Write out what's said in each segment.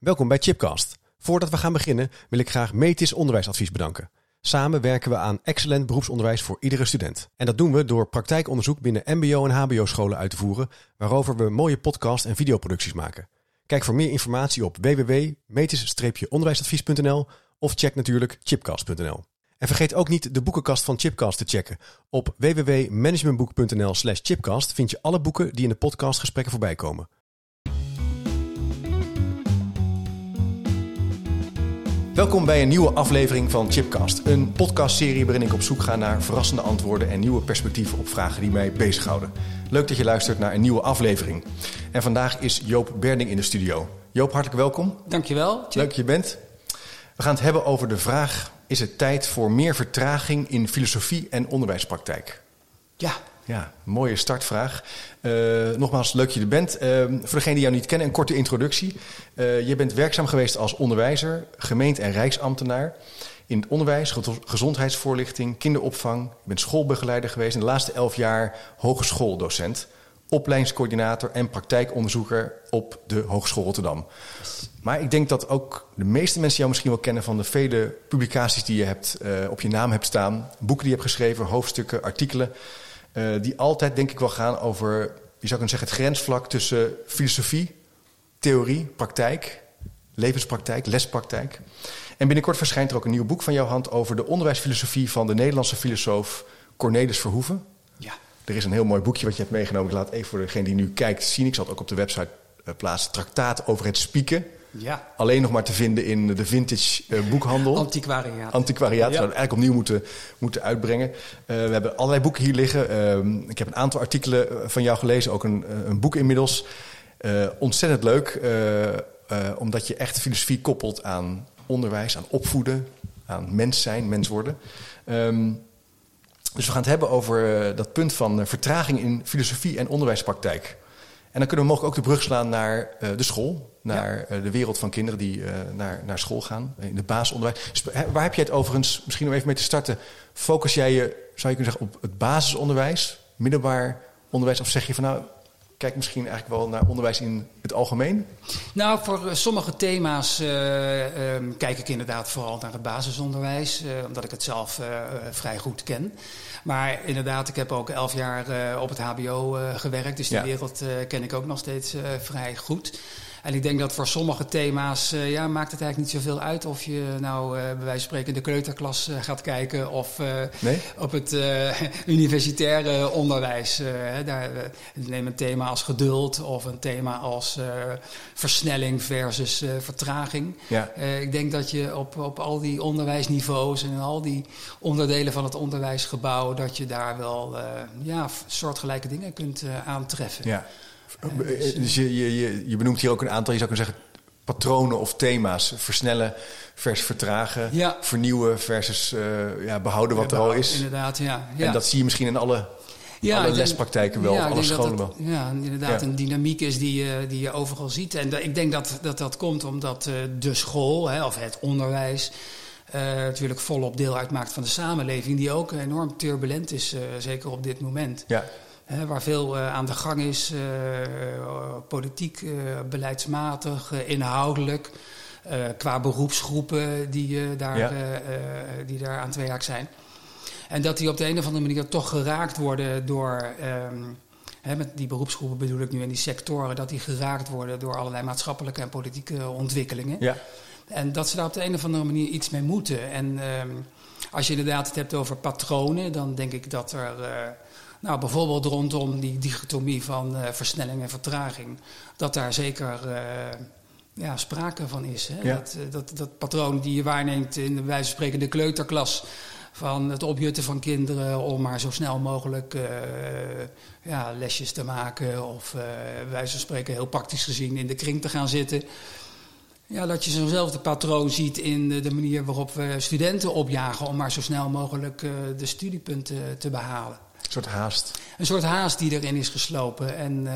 Welkom bij Chipcast. Voordat we gaan beginnen wil ik graag Metis Onderwijsadvies bedanken. Samen werken we aan excellent beroepsonderwijs voor iedere student. En dat doen we door praktijkonderzoek binnen mbo- en hbo-scholen uit te voeren, waarover we mooie podcast- en videoproducties maken. Kijk voor meer informatie op www.metis-onderwijsadvies.nl of check natuurlijk chipcast.nl. En vergeet ook niet de boekenkast van Chipcast te checken. Op www.managementboek.nl/chipcast vind je alle boeken die in de podcastgesprekken voorbij komen. Welkom bij een nieuwe aflevering van Chipcast. Een podcastserie waarin ik op zoek ga naar verrassende antwoorden en nieuwe perspectieven op vragen die mij bezighouden. Leuk dat je luistert naar een nieuwe aflevering. En vandaag is Joop Berding in de studio. Joop, hartelijk welkom. Dankjewel. Chip. Leuk dat je bent. We gaan het hebben over de vraag: is het tijd voor meer vertraging in filosofie en onderwijspraktijk? Ja, mooie startvraag. Nogmaals, leuk dat je er bent. Voor degenen die jou niet kennen, een korte introductie. Je bent werkzaam geweest als onderwijzer, gemeente- en rijksambtenaar in het onderwijs, gezondheidsvoorlichting, kinderopvang. Je bent schoolbegeleider geweest en de laatste 11 jaar hogeschooldocent, opleidingscoördinator en praktijkonderzoeker op de Hogeschool Rotterdam. Maar ik denk dat ook de meeste mensen jou misschien wel kennen van de vele publicaties die je hebt, op je naam hebt staan. Boeken die je hebt geschreven, hoofdstukken, artikelen. Die altijd denk ik wel gaan over, je zou kunnen zeggen, het grensvlak tussen filosofie, theorie, praktijk, levenspraktijk, lespraktijk. En binnenkort verschijnt er ook een nieuw boek van jouw hand over de onderwijsfilosofie van de Nederlandse filosoof Cornelis Verhoeven. Ja. Er is een heel mooi boekje wat je hebt meegenomen. Ik laat even voor degene die nu kijkt zien. Ik zal het ook op de website plaatsen. Traktaat over het spieken. Ja. Alleen nog maar te vinden in de vintage boekhandel. Antiquariaat. Ja. Zouden we eigenlijk opnieuw moeten uitbrengen. We hebben allerlei boeken hier liggen. Ik heb een aantal artikelen van jou gelezen. Ook een boek inmiddels. Ontzettend leuk. Omdat je echt filosofie koppelt aan onderwijs, aan opvoeden, aan mens zijn, mens worden. Dus we gaan het hebben over dat punt van vertraging in filosofie en onderwijspraktijk. En dan kunnen we mogelijk ook de brug slaan naar de school. Naar de wereld van kinderen die naar school gaan. In het basisonderwijs. Waar heb jij het overigens, misschien om even mee te starten, focus jij je, zou je kunnen zeggen, op het basisonderwijs, middelbaar onderwijs? Of zeg je van nou, kijk misschien eigenlijk wel naar onderwijs in het algemeen? Nou, voor sommige thema's kijk ik inderdaad vooral naar het basisonderwijs. Omdat ik het zelf vrij goed ken. Maar inderdaad, ik heb ook 11 jaar op het hbo gewerkt. Dus die wereld ken ik ook nog steeds vrij goed. En ik denk dat voor sommige thema's maakt het eigenlijk niet zoveel uit of je nou bij wijze van spreken in de kleuterklas gaat kijken of op het universitaire onderwijs. Neem een thema als geduld of een thema als versnelling versus vertraging. Ja. Ik denk dat je op al die onderwijsniveaus en al die onderdelen van het onderwijsgebouw, dat je daar wel soortgelijke dingen kunt aantreffen. Ja. Dus je benoemt hier ook een aantal, je zou kunnen zeggen, patronen of thema's. Versnellen versus vertragen. Ja. Vernieuwen versus behouden wat er al is. Inderdaad, ja. En dat zie je misschien in alle lespraktijken wel, alle scholen wel. Ja, inderdaad een dynamiek is die je overal ziet. En ik denk dat komt omdat de school, of het onderwijs, natuurlijk volop deel uitmaakt van de samenleving, die ook enorm turbulent is, zeker op dit moment. Ja. Waar veel aan de gang is, politiek, beleidsmatig, inhoudelijk, qua beroepsgroepen die daar aan het werk zijn. En dat die op de een of andere manier toch geraakt worden door, met die beroepsgroepen bedoel ik nu in die sectoren, dat die geraakt worden door allerlei maatschappelijke en politieke ontwikkelingen. Ja. En dat ze daar op de een of andere manier iets mee moeten. En als je inderdaad het hebt over patronen, dan denk ik dat er bijvoorbeeld rondom die dichotomie van versnelling en vertraging, dat daar zeker sprake van is. Hè? Ja. Dat patroon die je waarneemt in de wijze van spreken de kleuterklas, van het opjutten van kinderen om maar zo snel mogelijk lesjes te maken of bij wijze van spreken heel praktisch gezien in de kring te gaan zitten. Ja, dat je zo'nzelfde patroon ziet in de manier waarop we studenten opjagen om maar zo snel mogelijk de studiepunten te behalen. Een soort haast. Een soort haast die erin is geslopen. En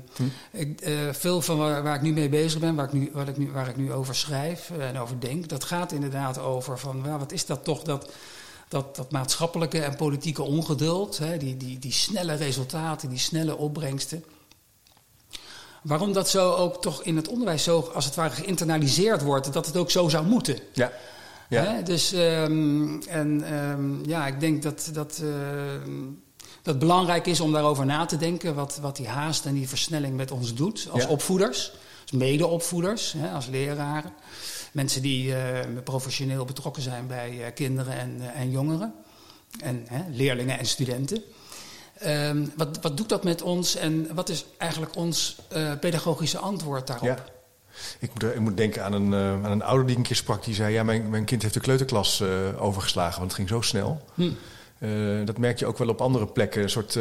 veel van waar ik nu mee bezig ben, waar ik nu over schrijf en over denk, dat gaat inderdaad over van wat is dat toch dat maatschappelijke en politieke ongeduld, hè, die snelle resultaten, die snelle opbrengsten. waarom dat zo ook toch in het onderwijs zo, als het ware, geïnternaliseerd wordt, dat het ook zo zou moeten. Ja. Ja. Dus, ik denk dat het belangrijk is om daarover na te denken, wat die haast en die versnelling met ons doet als opvoeders, als mede-opvoeders, als leraren. Mensen die professioneel betrokken zijn bij kinderen en jongeren. En leerlingen en studenten. Wat doet dat met ons en wat is eigenlijk ons pedagogische antwoord daarop? Ja. Ik moet denken aan een ouder die een keer sprak. Die zei, mijn kind heeft de kleuterklas overgeslagen, want het ging zo snel. Dat merk je ook wel op andere plekken. Een soort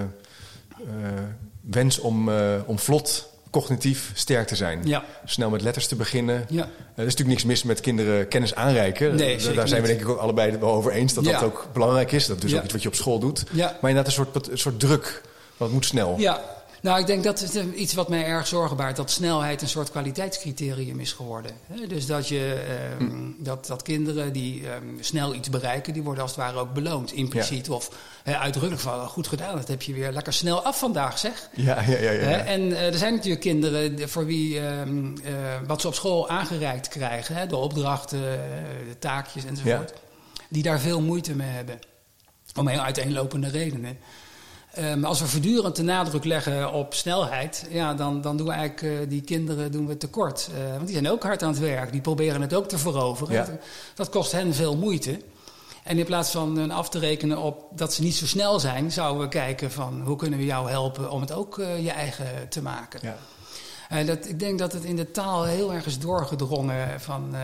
wens om vlot cognitief sterk te zijn. Ja. Snel met letters te beginnen. Ja. Er is natuurlijk niks mis met kinderen kennis aanreiken. Nee, daar zijn we denk ik ook allebei het wel over eens dat dat ook belangrijk is. Dat is dus ook iets wat je op school doet. Ja. Maar inderdaad een soort druk. Want het moet snel. Ja. Nou, ik denk dat het iets wat mij erg zorgen baart, dat snelheid een soort kwaliteitscriterium is geworden. Dus dat kinderen die snel iets bereiken, die worden als het ware ook beloond, impliciet of uitdrukkelijk van goed gedaan, dat heb je weer lekker snel af vandaag, zeg. Ja. En er zijn natuurlijk kinderen voor wie wat ze op school aangereikt krijgen, de opdrachten, de taakjes enzovoort, die daar veel moeite mee hebben. Om heel uiteenlopende redenen. Maar als we voortdurend de nadruk leggen op snelheid, dan doen we eigenlijk die kinderen tekort. Want die zijn ook hard aan het werk, die proberen het ook te veroveren. Ja. Dat kost hen veel moeite. En in plaats van hun af te rekenen op dat ze niet zo snel zijn, zouden we kijken van hoe kunnen we jou helpen om het ook je eigen te maken. Ja. Ik denk dat het in de taal heel erg is doorgedrongen van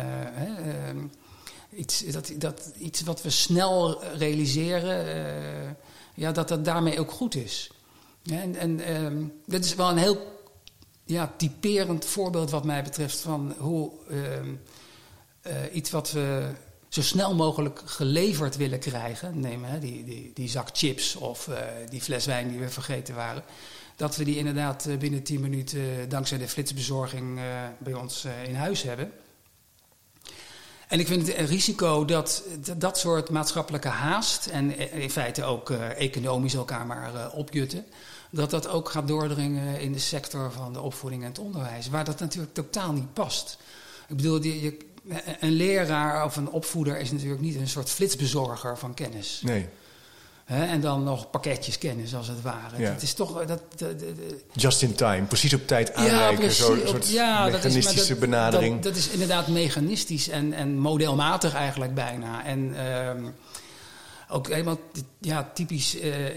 iets wat we snel realiseren. Dat daarmee ook goed is. Dat is wel een heel typerend voorbeeld wat mij betreft van hoe iets wat we zo snel mogelijk geleverd willen krijgen, neem die zak chips of die fles wijn die we vergeten waren, dat we die inderdaad binnen 10 minuten dankzij de flitsbezorging bij ons in huis hebben. En ik vind het een risico dat soort maatschappelijke haast en in feite ook economisch elkaar maar opjutten, dat ook gaat doordringen in de sector van de opvoeding en het onderwijs, waar dat natuurlijk totaal niet past. Ik bedoel, een leraar of een opvoeder is natuurlijk niet een soort flitsbezorger van kennis. Nee. En dan nog pakketjes kennis, als het ware. Ja. Het is toch just in time, precies op tijd aanreiken. Ja, zo'n soort mechanistische benadering. Dat is inderdaad mechanistisch en modelmatig eigenlijk bijna. En ook helemaal typisch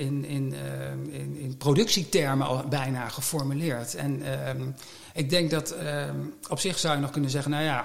in productietermen bijna geformuleerd. En ik denk dat op zich zou je nog kunnen zeggen,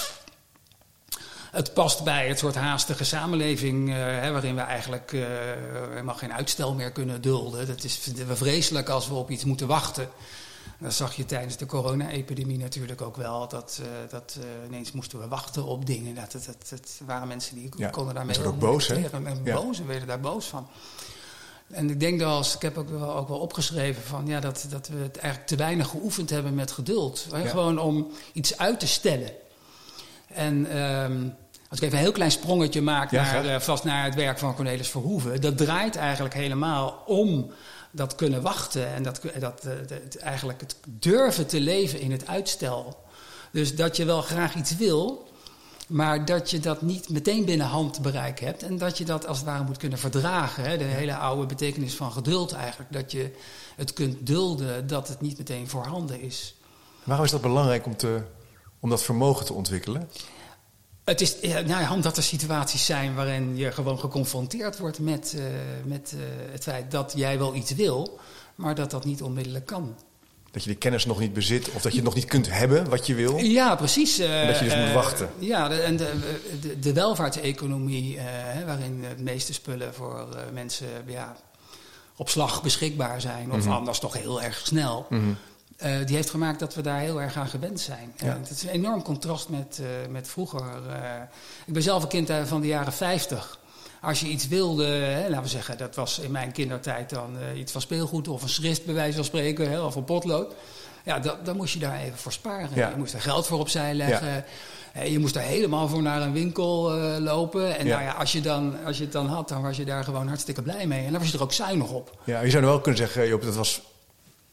het past bij het soort haastige samenleving waarin we eigenlijk helemaal geen uitstel meer kunnen dulden. Dat vinden we vreselijk als we op iets moeten wachten. Dat zag je tijdens de corona-epidemie natuurlijk ook wel. Dat ineens moesten we wachten op dingen. Dat waren mensen die konden daarmee ook boos, hè? Boos, en werden daar boos van. En ik denk ik heb ook wel opgeschreven van dat we het eigenlijk te weinig geoefend hebben met geduld. Gewoon om iets uit te stellen. En als ik even een heel klein sprongetje maak naar het werk van Cornelis Verhoeven, dat draait eigenlijk helemaal om dat kunnen wachten en eigenlijk het durven te leven in het uitstel. Dus dat je wel graag iets wil, maar dat je dat niet meteen binnen handbereik hebt en dat je dat als het ware moet kunnen verdragen. De hele oude betekenis van geduld eigenlijk, dat je het kunt dulden dat het niet meteen voorhanden is. Waarom is dat belangrijk om dat vermogen te ontwikkelen? Het is omdat er situaties zijn waarin je gewoon geconfronteerd wordt met het feit dat jij wel iets wil, maar dat niet onmiddellijk kan. Dat je de kennis nog niet bezit of dat je het nog niet kunt hebben wat je wil. Ja, precies. En dat je dus moet wachten. Ja, en de welvaartseconomie, waarin de meeste spullen voor mensen op slag beschikbaar zijn, of anders toch heel erg snel. Mm-hmm. Die heeft gemaakt dat we daar heel erg aan gewend zijn. Ja. Het is een enorm contrast met vroeger. Ik ben zelf een kind van de jaren 50. Als je iets wilde, laten we zeggen, dat was in mijn kindertijd dan iets van speelgoed of een schrift bij wijze van spreken, of een potlood. Ja, dan moest je daar even voor sparen. Ja. Je moest er geld voor opzij leggen. Ja. Je moest er helemaal voor naar een winkel lopen. En als je het dan had, dan was je daar gewoon hartstikke blij mee. En dan was je er ook zuinig op. Ja, je zou nou wel kunnen zeggen, Joop, dat was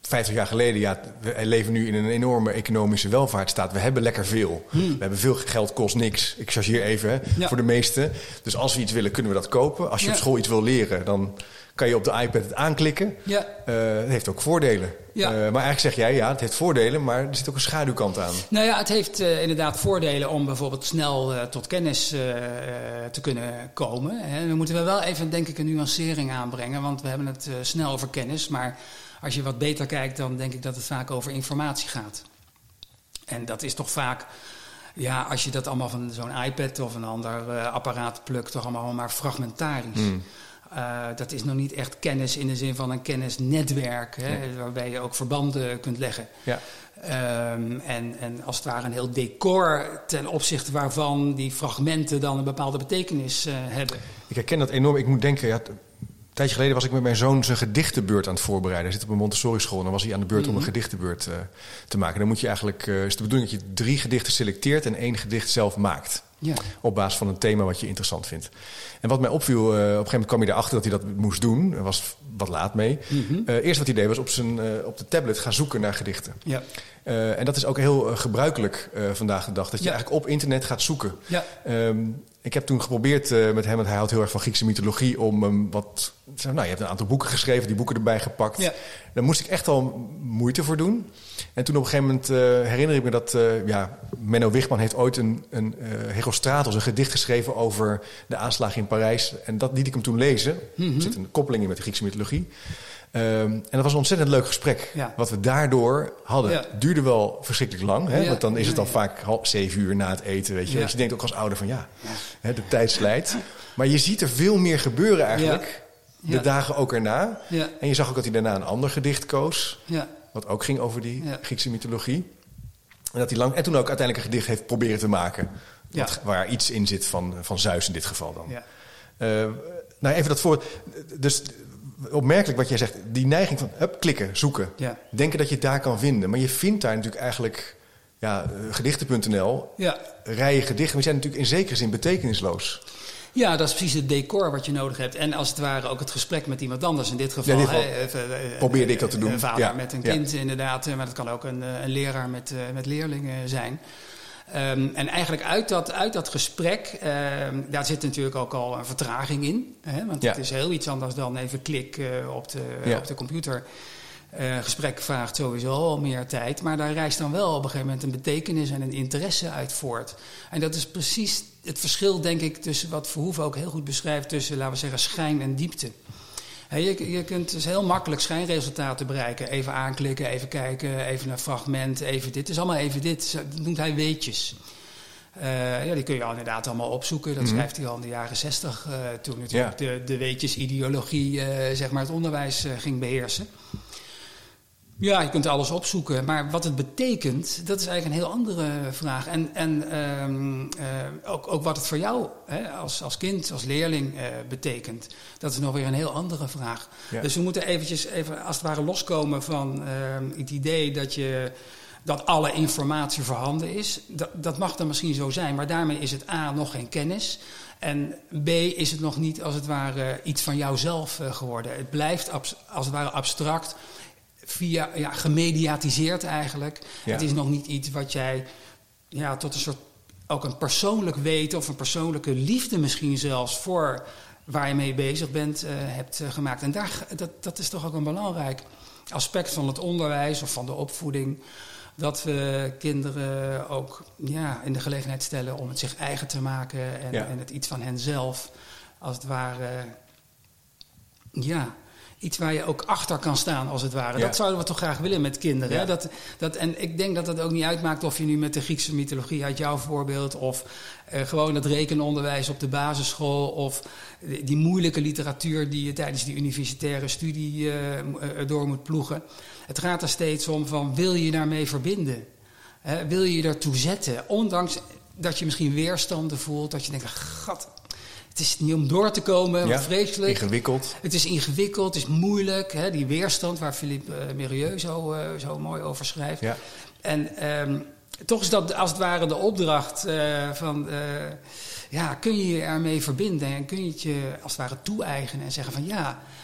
50 jaar geleden, we leven nu in een enorme economische welvaartsstaat. We hebben lekker veel. We hebben veel geld, kost niks. Ik chargeer even voor de meesten. Dus als we iets willen, kunnen we dat kopen. Als je op school iets wil leren, dan kan je op de iPad het aanklikken. Ja. Het heeft ook voordelen. Ja. Maar eigenlijk zeg jij, het heeft voordelen, maar er zit ook een schaduwkant aan. Nou ja, het heeft inderdaad voordelen om bijvoorbeeld snel tot kennis te kunnen komen. Dan moeten we wel even, denk ik, een nuancering aanbrengen. Want we hebben het snel over kennis, maar als je wat beter kijkt, dan denk ik dat het vaak over informatie gaat. En dat is toch vaak, als je dat allemaal van zo'n iPad of een ander apparaat plukt, toch allemaal maar fragmentarisch. Dat is nog niet echt kennis in de zin van een kennisnetwerk, waarbij je ook verbanden kunt leggen. Ja. En als het ware een heel decor ten opzichte waarvan die fragmenten dan een bepaalde betekenis hebben. Ik herken dat enorm. Ik moet denken, een tijdje geleden was ik met mijn zoon zijn gedichtenbeurt aan het voorbereiden. Hij zit op een Montessori-school en dan was hij aan de beurt om een gedichtenbeurt te maken. Dan moet je eigenlijk, is de bedoeling dat je 3 gedichten selecteert en 1 gedicht zelf maakt. Ja. Op basis van een thema wat je interessant vindt. En wat mij opviel, op een gegeven moment kwam hij erachter dat hij dat moest doen. Er was wat laat mee. Eerst wat hij deed was op de tablet gaan zoeken naar gedichten. Ja. En dat is ook heel gebruikelijk vandaag de dag. Dat je eigenlijk op internet gaat zoeken. Ja. Ik heb toen geprobeerd met hem, want hij houdt heel erg van Griekse mythologie, om hem je hebt een aantal boeken geschreven, die boeken erbij gepakt. Ja. Daar moest ik echt al moeite voor doen. En toen op een gegeven moment herinner ik me dat Menno Wichman heeft ooit een Herostratos, een gedicht geschreven over de aanslagen in Parijs. En dat liet ik hem toen lezen. Er zit een koppeling in met de Griekse mythologie. En dat was een ontzettend leuk gesprek. Ja. Wat we daardoor hadden. Ja. Duurde wel verschrikkelijk lang. Hè? Ja. Want dan is het al vaak 7 uur na het eten. Weet je. Ja. Dus je denkt ook als ouder van de tijd slijt. Maar je ziet er veel meer gebeuren eigenlijk. Ja. De dagen ook erna. Ja. En je zag ook dat hij daarna een ander gedicht koos. Ja. Wat ook ging over die Griekse mythologie. En dat hij en toen ook uiteindelijk een gedicht heeft proberen te maken. Ja. Waar iets in zit van Zeus in dit geval dan. Ja. Even dat voor. Dus opmerkelijk wat jij zegt. Die neiging van klikken, zoeken. Ja. Denken dat je het daar kan vinden. Maar je vindt daar natuurlijk eigenlijk gedichten.nl. Ja. Rijen gedichten. Maar die zijn natuurlijk in zekere zin betekenisloos. Ja, dat is precies het decor wat je nodig hebt. En als het ware ook het gesprek met iemand anders. In dit geval, probeerde ik dat te doen. Een vader met een kind inderdaad. Maar dat kan ook een leraar met leerlingen zijn. En eigenlijk uit dat gesprek, daar zit natuurlijk ook al een vertraging in. Want het is heel iets anders dan even klik op de computer. Gesprek vraagt sowieso al meer tijd. Maar daar rijst dan wel op een gegeven moment een betekenis en een interesse uit voort. En dat is precies het verschil, denk ik, tussen wat Verhoeven ook heel goed beschrijft, tussen, laten we zeggen, schijn en diepte. Je kunt dus heel makkelijk schijnresultaten bereiken. Even aanklikken, even kijken, even een fragment, even dit. Het is allemaal even dit. Dat noemt hij weetjes. Die kun je al inderdaad allemaal opzoeken. Dat schrijft hij al in de jaren 60. Toen natuurlijk de weetjesideologie het onderwijs ging beheersen. Ja, je kunt alles opzoeken. Maar wat het betekent, dat is eigenlijk een heel andere vraag. En ook wat het voor jou als kind, als leerling betekent. Dat is nog weer een heel andere vraag. Ja. Dus we moeten even als het ware loskomen van het idee dat alle informatie voorhanden is. Dat mag dan misschien zo zijn, maar daarmee is het A, nog geen kennis. En B, is het nog niet als het ware iets van jouzelf geworden. Het blijft als het ware abstract, gemediatiseerd eigenlijk. Ja. Het is nog niet iets wat jij tot een soort, ook een persoonlijk weten of een persoonlijke liefde misschien zelfs voor waar je mee bezig bent hebt gemaakt. En dat is toch ook een belangrijk aspect van het onderwijs of van de opvoeding. Dat we kinderen ook in de gelegenheid stellen om het zich eigen te maken en het iets van henzelf, als het ware, iets waar je ook achter kan staan, als het ware. Ja. Dat zouden we toch graag willen met kinderen. Ja. Hè? En ik denk dat het ook niet uitmaakt of je nu met de Griekse mythologie uit jouw voorbeeld, of gewoon het rekenonderwijs op de basisschool, of die moeilijke literatuur die je tijdens die universitaire studie door moet ploegen. Het gaat er steeds om van, wil je daarmee verbinden? Wil je je daartoe zetten? Ondanks dat je misschien weerstanden voelt, dat je denkt, gat, het is niet om door te komen, wat vreselijk. Ingewikkeld. Het is ingewikkeld, het is moeilijk. Die weerstand waar Philippe Mérieux zo mooi over schrijft. Ja. En toch is dat als het ware de opdracht van, kun je je ermee verbinden en kun je het je als het ware toe-eigenen en zeggen van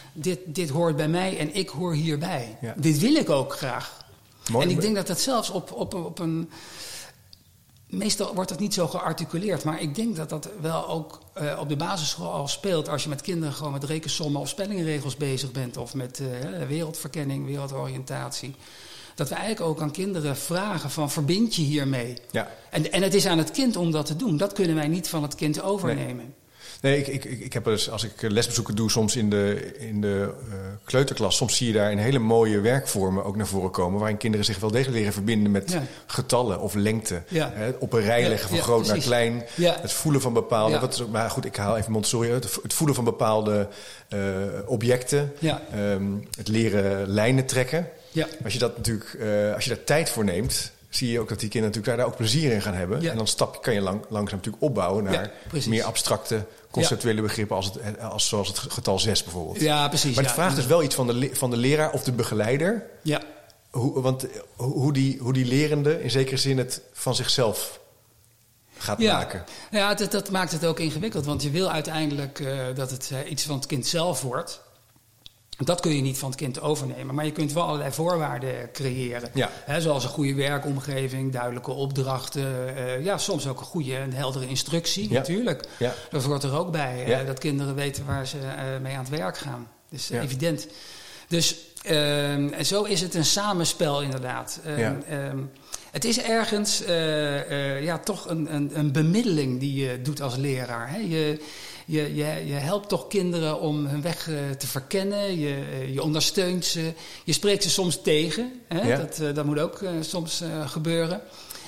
dit hoort bij mij en ik hoor hierbij. Ja. Dit wil ik ook graag. Mooi. En ik denk dat dat zelfs op een... Meestal wordt dat niet zo gearticuleerd, maar ik denk dat dat wel ook op de basisschool al speelt. Als je met kinderen gewoon met rekensommen of spellingregels bezig bent, of met wereldverkenning, wereldoriëntatie. Dat we eigenlijk ook aan kinderen vragen van, verbind je hiermee? Ja. En het is aan het kind om dat te doen. Dat kunnen wij niet van het kind overnemen. Nee, ik heb dus, als ik lesbezoeken doe, soms in de kleuterklas, soms zie je daar een hele mooie werkvormen ook naar voren komen, waarin kinderen zich wel degelijk leren verbinden met getallen of lengte. Ja. Op een rij leggen van groot naar klein. Ja. Het voelen van bepaalde... Ja. Maar goed, ik haal even Montessori uit. Het voelen van bepaalde objecten. Ja. Het leren lijnen trekken. Ja. Als je dat natuurlijk, als je daar tijd voor neemt, zie je ook dat die kinderen natuurlijk daar ook plezier in gaan hebben. Ja. En dan kan je langzaam natuurlijk opbouwen naar meer abstracte, conceptuele begrippen, zoals het getal 6 bijvoorbeeld. Ja, precies. Maar het vraagt dus wel iets van de leraar of de begeleider. Ja. Hoe die lerende in zekere zin het van zichzelf gaat maken. Ja, dat maakt het ook ingewikkeld. Want je wil uiteindelijk dat het iets van het kind zelf wordt. Dat kun je niet van het kind overnemen. Maar je kunt wel allerlei voorwaarden creëren. Ja. Zoals een goede werkomgeving, duidelijke opdrachten. Soms ook een goede en heldere instructie natuurlijk. Ja. Dat hoort er ook bij. Dat kinderen weten waar ze mee aan het werk gaan. Dat is evident. Dus en zo is het een samenspel inderdaad. Het is ergens toch een bemiddeling die je doet als leraar. Hè? Je helpt toch kinderen om hun weg te verkennen. Je ondersteunt ze. Je spreekt ze soms tegen. Hè? Ja. Dat moet ook soms gebeuren.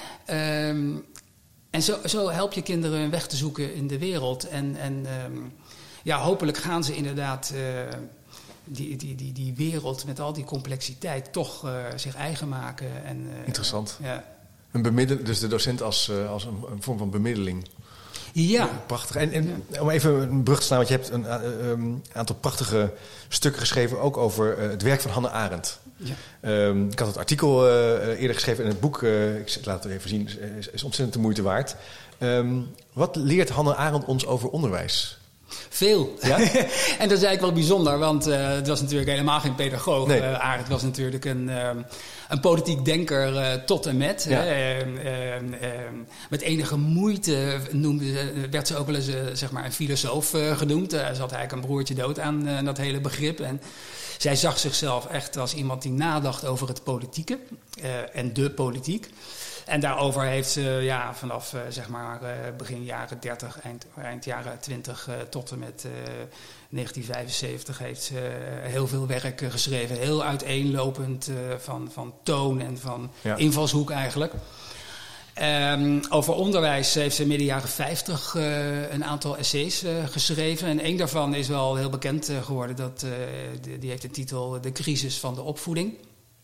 En zo help je kinderen hun weg te zoeken in de wereld. En hopelijk gaan ze inderdaad die wereld met al die complexiteit toch zich eigen maken. Interessant. Dus de docent als een vorm van bemiddeling. Ja. Prachtig. En om even een brug te slaan, want je hebt een aantal prachtige stukken geschreven, ook over het werk van Hannah Arendt. Ja. Ik had het artikel eerder geschreven en het boek, ik laat het even zien, is ontzettend de moeite waard. Wat leert Hannah Arendt ons over onderwijs? Veel. Ja? En dat is eigenlijk wel bijzonder, want het was natuurlijk helemaal geen pedagoog. Nee. Arendt was natuurlijk een politiek denker tot en met. Ja. Met enige moeite werd ze ook wel eens een filosoof genoemd. Ze had eigenlijk een broertje dood aan dat hele begrip. En zij zag zichzelf echt als iemand die nadacht over het politieke en de politiek. En daarover heeft ze vanaf begin jaren 30, eind jaren 20 tot en met 1975 heeft ze heel veel werk geschreven. Heel uiteenlopend van toon en van invalshoek eigenlijk. Over onderwijs heeft ze midden jaren 50 een aantal essays geschreven. En één daarvan is wel heel bekend geworden. Die heeft de titel De crisis van de opvoeding.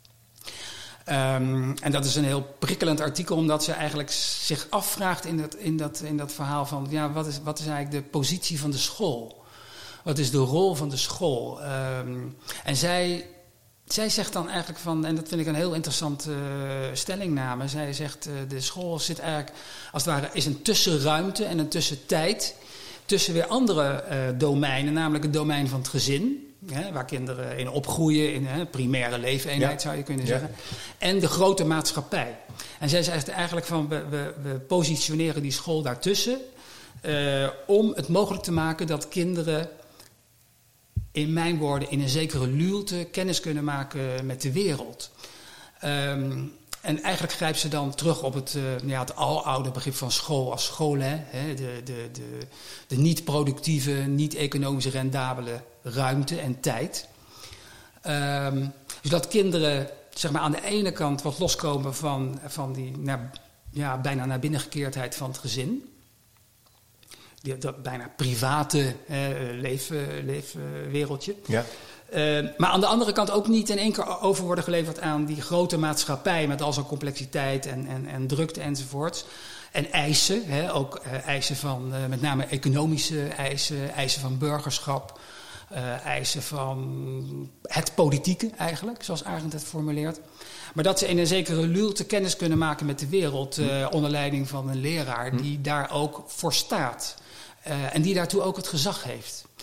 En dat is een heel prikkelend artikel, omdat ze eigenlijk zich afvraagt in dat verhaal van wat is eigenlijk de positie van de school? Wat is de rol van de school? En zij zegt dan eigenlijk van, en dat vind ik een heel interessante stellingname. Zij zegt de school zit eigenlijk als het ware is een tussenruimte en een tussentijd tussen weer andere domeinen, namelijk het domein van het gezin. Waar kinderen in opgroeien, in primaire leefeenheid zou je kunnen zeggen. En de grote maatschappij. En zij zegt eigenlijk van we positioneren die school daartussen om het mogelijk te maken dat kinderen, in mijn woorden, in een zekere luwte kennis kunnen maken met de wereld. En eigenlijk grijpt ze dan terug op het aloude begrip van school als scholen. De niet-productieve, niet-economisch rendabele ruimte en tijd. Dus dat kinderen aan de ene kant wat loskomen van die bijna naar binnengekeerdheid van het gezin. Dat bijna private leefwereldje. Ja. Maar aan de andere kant ook niet in één keer over worden geleverd aan die grote maatschappij met al zijn complexiteit en drukte enzovoorts. En eisen, ook eisen van met name economische eisen, eisen van burgerschap, eisen van het politieke eigenlijk, zoals Arendt het formuleert. Maar dat ze in een zekere luwte kennis kunnen maken met de wereld onder leiding van een leraar die daar ook voor staat. En die daartoe ook het gezag heeft.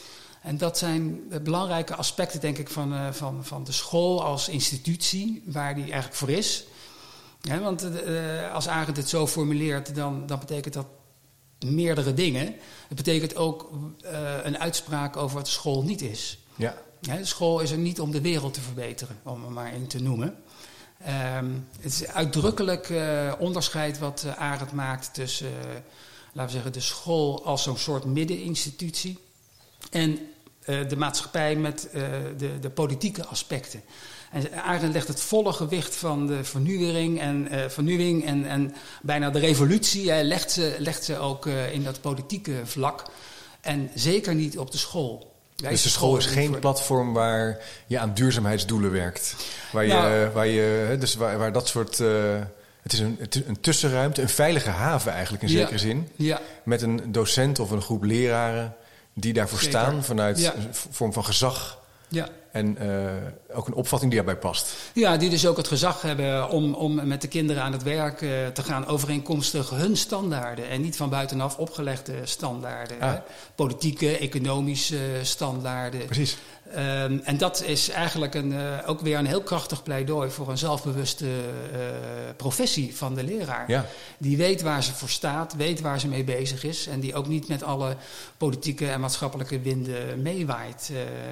En dat zijn belangrijke aspecten, denk ik, van de school als institutie, waar die eigenlijk voor is. Ja, want als Arendt het zo formuleert, dan betekent dat meerdere dingen. Het betekent ook een uitspraak over wat de school niet is. Ja. Ja, de school is er niet om de wereld te verbeteren, om er maar één te noemen. Het is uitdrukkelijk onderscheid wat Arendt maakt tussen, laten we zeggen, de school als zo'n soort middeninstitutie en de maatschappij met de politieke aspecten. En Arendt legt het volle gewicht van de vernieuwing en bijna de revolutie, legt ze ook in dat politieke vlak. En zeker niet op de school. Dus de school is geen platform waar je aan duurzaamheidsdoelen werkt. Waar dat soort... Het is een tussenruimte, een veilige haven eigenlijk in zekere zin. Ja. Met een docent of een groep leraren die daarvoor staan vanuit een vorm van gezag. Ja. En ook een opvatting die daarbij past. Ja, die dus ook het gezag hebben om met de kinderen aan het werk te gaan overeenkomstig hun standaarden. En niet van buitenaf opgelegde standaarden. Hè? Politieke, economische standaarden. Precies. En dat is eigenlijk ook weer een heel krachtig pleidooi voor een zelfbewuste professie van de leraar. Ja. Die weet waar ze voor staat, weet waar ze mee bezig is. En die ook niet met alle politieke en maatschappelijke winden meewaait.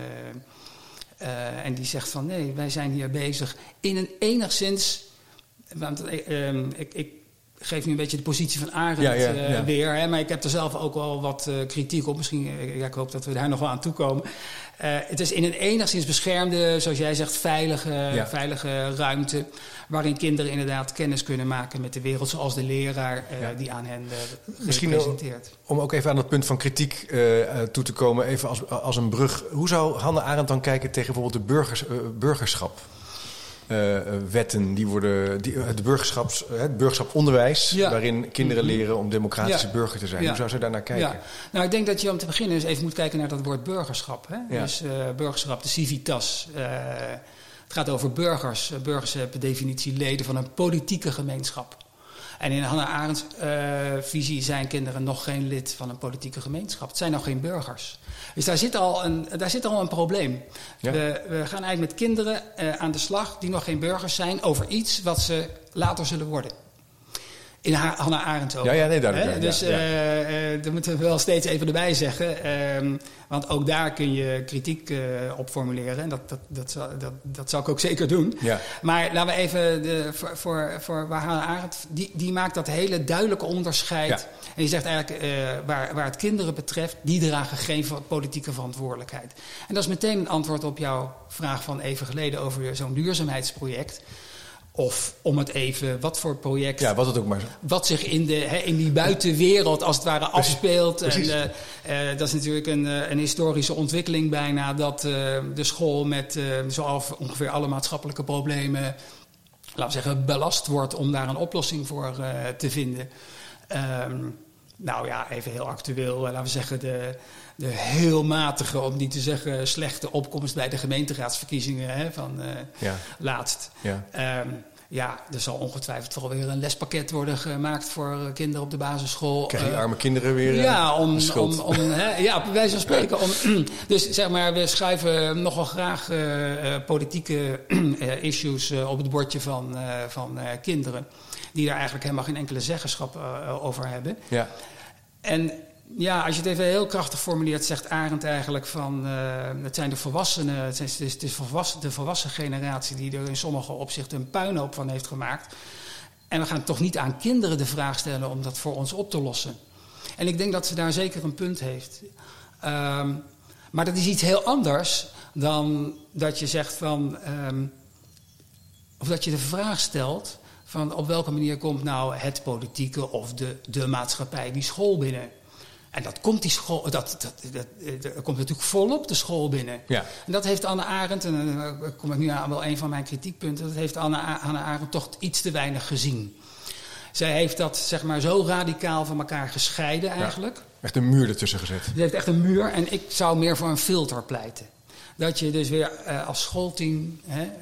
En die zegt van nee, wij zijn hier bezig in een enigszins... Want ik geef nu een beetje de positie van Arendt weer. Hè, maar ik heb er zelf ook wel wat kritiek op. Misschien, ik hoop dat we daar nog wel aan toekomen. Het is in een enigszins beschermde, zoals jij zegt, veilige ruimte. Waarin kinderen inderdaad kennis kunnen maken met de wereld. Zoals de leraar die aan hen presenteert. Om ook even aan het punt van kritiek toe te komen. Even als een brug. Hoe zou Hannah Arendt dan kijken tegen bijvoorbeeld de burgerschap? Wetten, het burgerschaponderwijs, waarin kinderen leren om democratische burger te zijn. Hoe zou ze daar naar kijken? Ja. Nou, ik denk dat je om te beginnen eens even moet kijken naar dat woord burgerschap. Hè? Ja. Dus burgerschap, de civitas. Het gaat over burgers. Burgers hebben per definitie leden van een politieke gemeenschap. En in Hannah Arendt's visie zijn kinderen nog geen lid van een politieke gemeenschap. Het zijn nog geen burgers. Dus daar zit al een probleem. Ja. We gaan eigenlijk met kinderen aan de slag die nog geen burgers zijn over iets wat ze later zullen worden. In Hannah Arendt ook. Ja, nee, duidelijk. Dus dat moeten we wel steeds even erbij zeggen. Want ook daar kun je kritiek op formuleren. En dat zal ik ook zeker doen. Ja. Maar laten we even voor waar Hannah Arendt... Die maakt dat hele duidelijke onderscheid. Ja. En die zegt eigenlijk, waar het kinderen betreft... die dragen geen politieke verantwoordelijkheid. En dat is meteen een antwoord op jouw vraag van even geleden... over zo'n duurzaamheidsproject... Of om het even, wat voor project... Ja, wat het ook maar... Wat zich in die buitenwereld als het ware afspeelt. Precies. En dat is natuurlijk een historische ontwikkeling bijna... dat de school met zoals ongeveer alle maatschappelijke problemen... laten we zeggen, belast wordt om daar een oplossing voor te vinden. Nou ja, even heel actueel, laten we zeggen... De heel matige, om niet te zeggen slechte opkomst bij de gemeenteraadsverkiezingen van laatst. Ja. Er zal ongetwijfeld wel weer een lespakket worden gemaakt voor kinderen op de basisschool. Krijg je arme kinderen weer op wijze van spreken. Dus zeg maar, we schuiven nogal graag politieke issues op het bordje van kinderen. Die daar eigenlijk helemaal geen enkele zeggenschap over hebben. Ja. En... Ja, als je het even heel krachtig formuleert, zegt Arendt eigenlijk van... het zijn de volwassenen, het is de volwassen generatie... die er in sommige opzichten een puinhoop van heeft gemaakt. En we gaan toch niet aan kinderen de vraag stellen om dat voor ons op te lossen. En ik denk dat ze daar zeker een punt heeft. Maar dat is iets heel anders dan dat je zegt van... of dat je de vraag stelt van op welke manier komt nou het politieke... of de maatschappij die school binnen... En dat komt die school, dat komt natuurlijk volop de school binnen. Ja. En dat heeft Hannah Arendt, en dan kom ik nu aan wel een van mijn kritiekpunten... dat heeft Hannah Arendt toch iets te weinig gezien. Zij heeft dat zeg maar zo radicaal van elkaar gescheiden eigenlijk. Ja, echt een muur ertussen gezet. Ze heeft echt een muur en ik zou meer voor een filter pleiten. Dat je dus weer als schoolteam,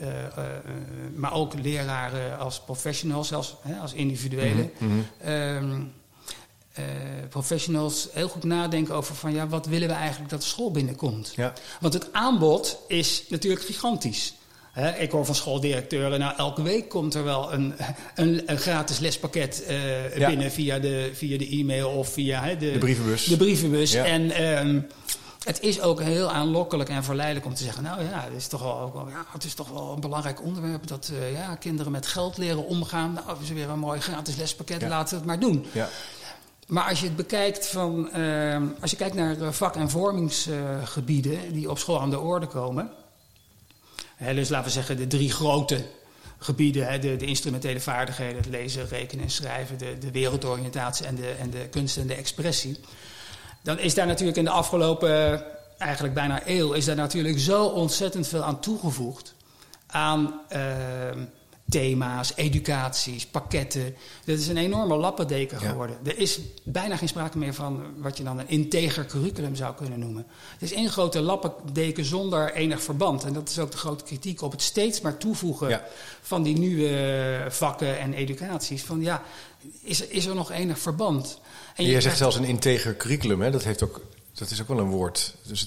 maar ook leraren als professionals, zelfs als individuele... professionals heel goed nadenken over van wat willen we eigenlijk dat de school binnenkomt. Ja. Want het aanbod is natuurlijk gigantisch. Ik hoor van schooldirecteuren, elke week komt er wel een gratis lespakket binnen via de e-mail of via de brievenbus. De brievenbus. Ja. En het is ook heel aanlokkelijk en verleidelijk om te zeggen, het is toch wel een belangrijk onderwerp dat kinderen met geld leren omgaan. Nou, is weer een mooi gratis lespakket, laten we het maar doen. Ja. Maar als je het bekijkt als je kijkt naar vak- en vormingsgebieden die op school aan de orde komen. Dus laten we zeggen de 3 grote gebieden. De instrumentele vaardigheden, het lezen, rekenen en schrijven. De wereldoriëntatie en de kunst en de expressie. Dan is daar natuurlijk in de afgelopen eigenlijk bijna eeuw is daar natuurlijk zo ontzettend veel aan toegevoegd. Aan thema's, educaties, pakketten. Dat is een enorme lappendeken geworden. Er is bijna geen sprake meer van wat je dan een integer curriculum zou kunnen noemen. Het is één grote lappendeken zonder enig verband. En dat is ook de grote kritiek op het steeds maar toevoegen van die nieuwe vakken en educaties. Van is er nog enig verband? En jij zegt zelfs een integer curriculum, hè? Dat is ook wel een woord. Dus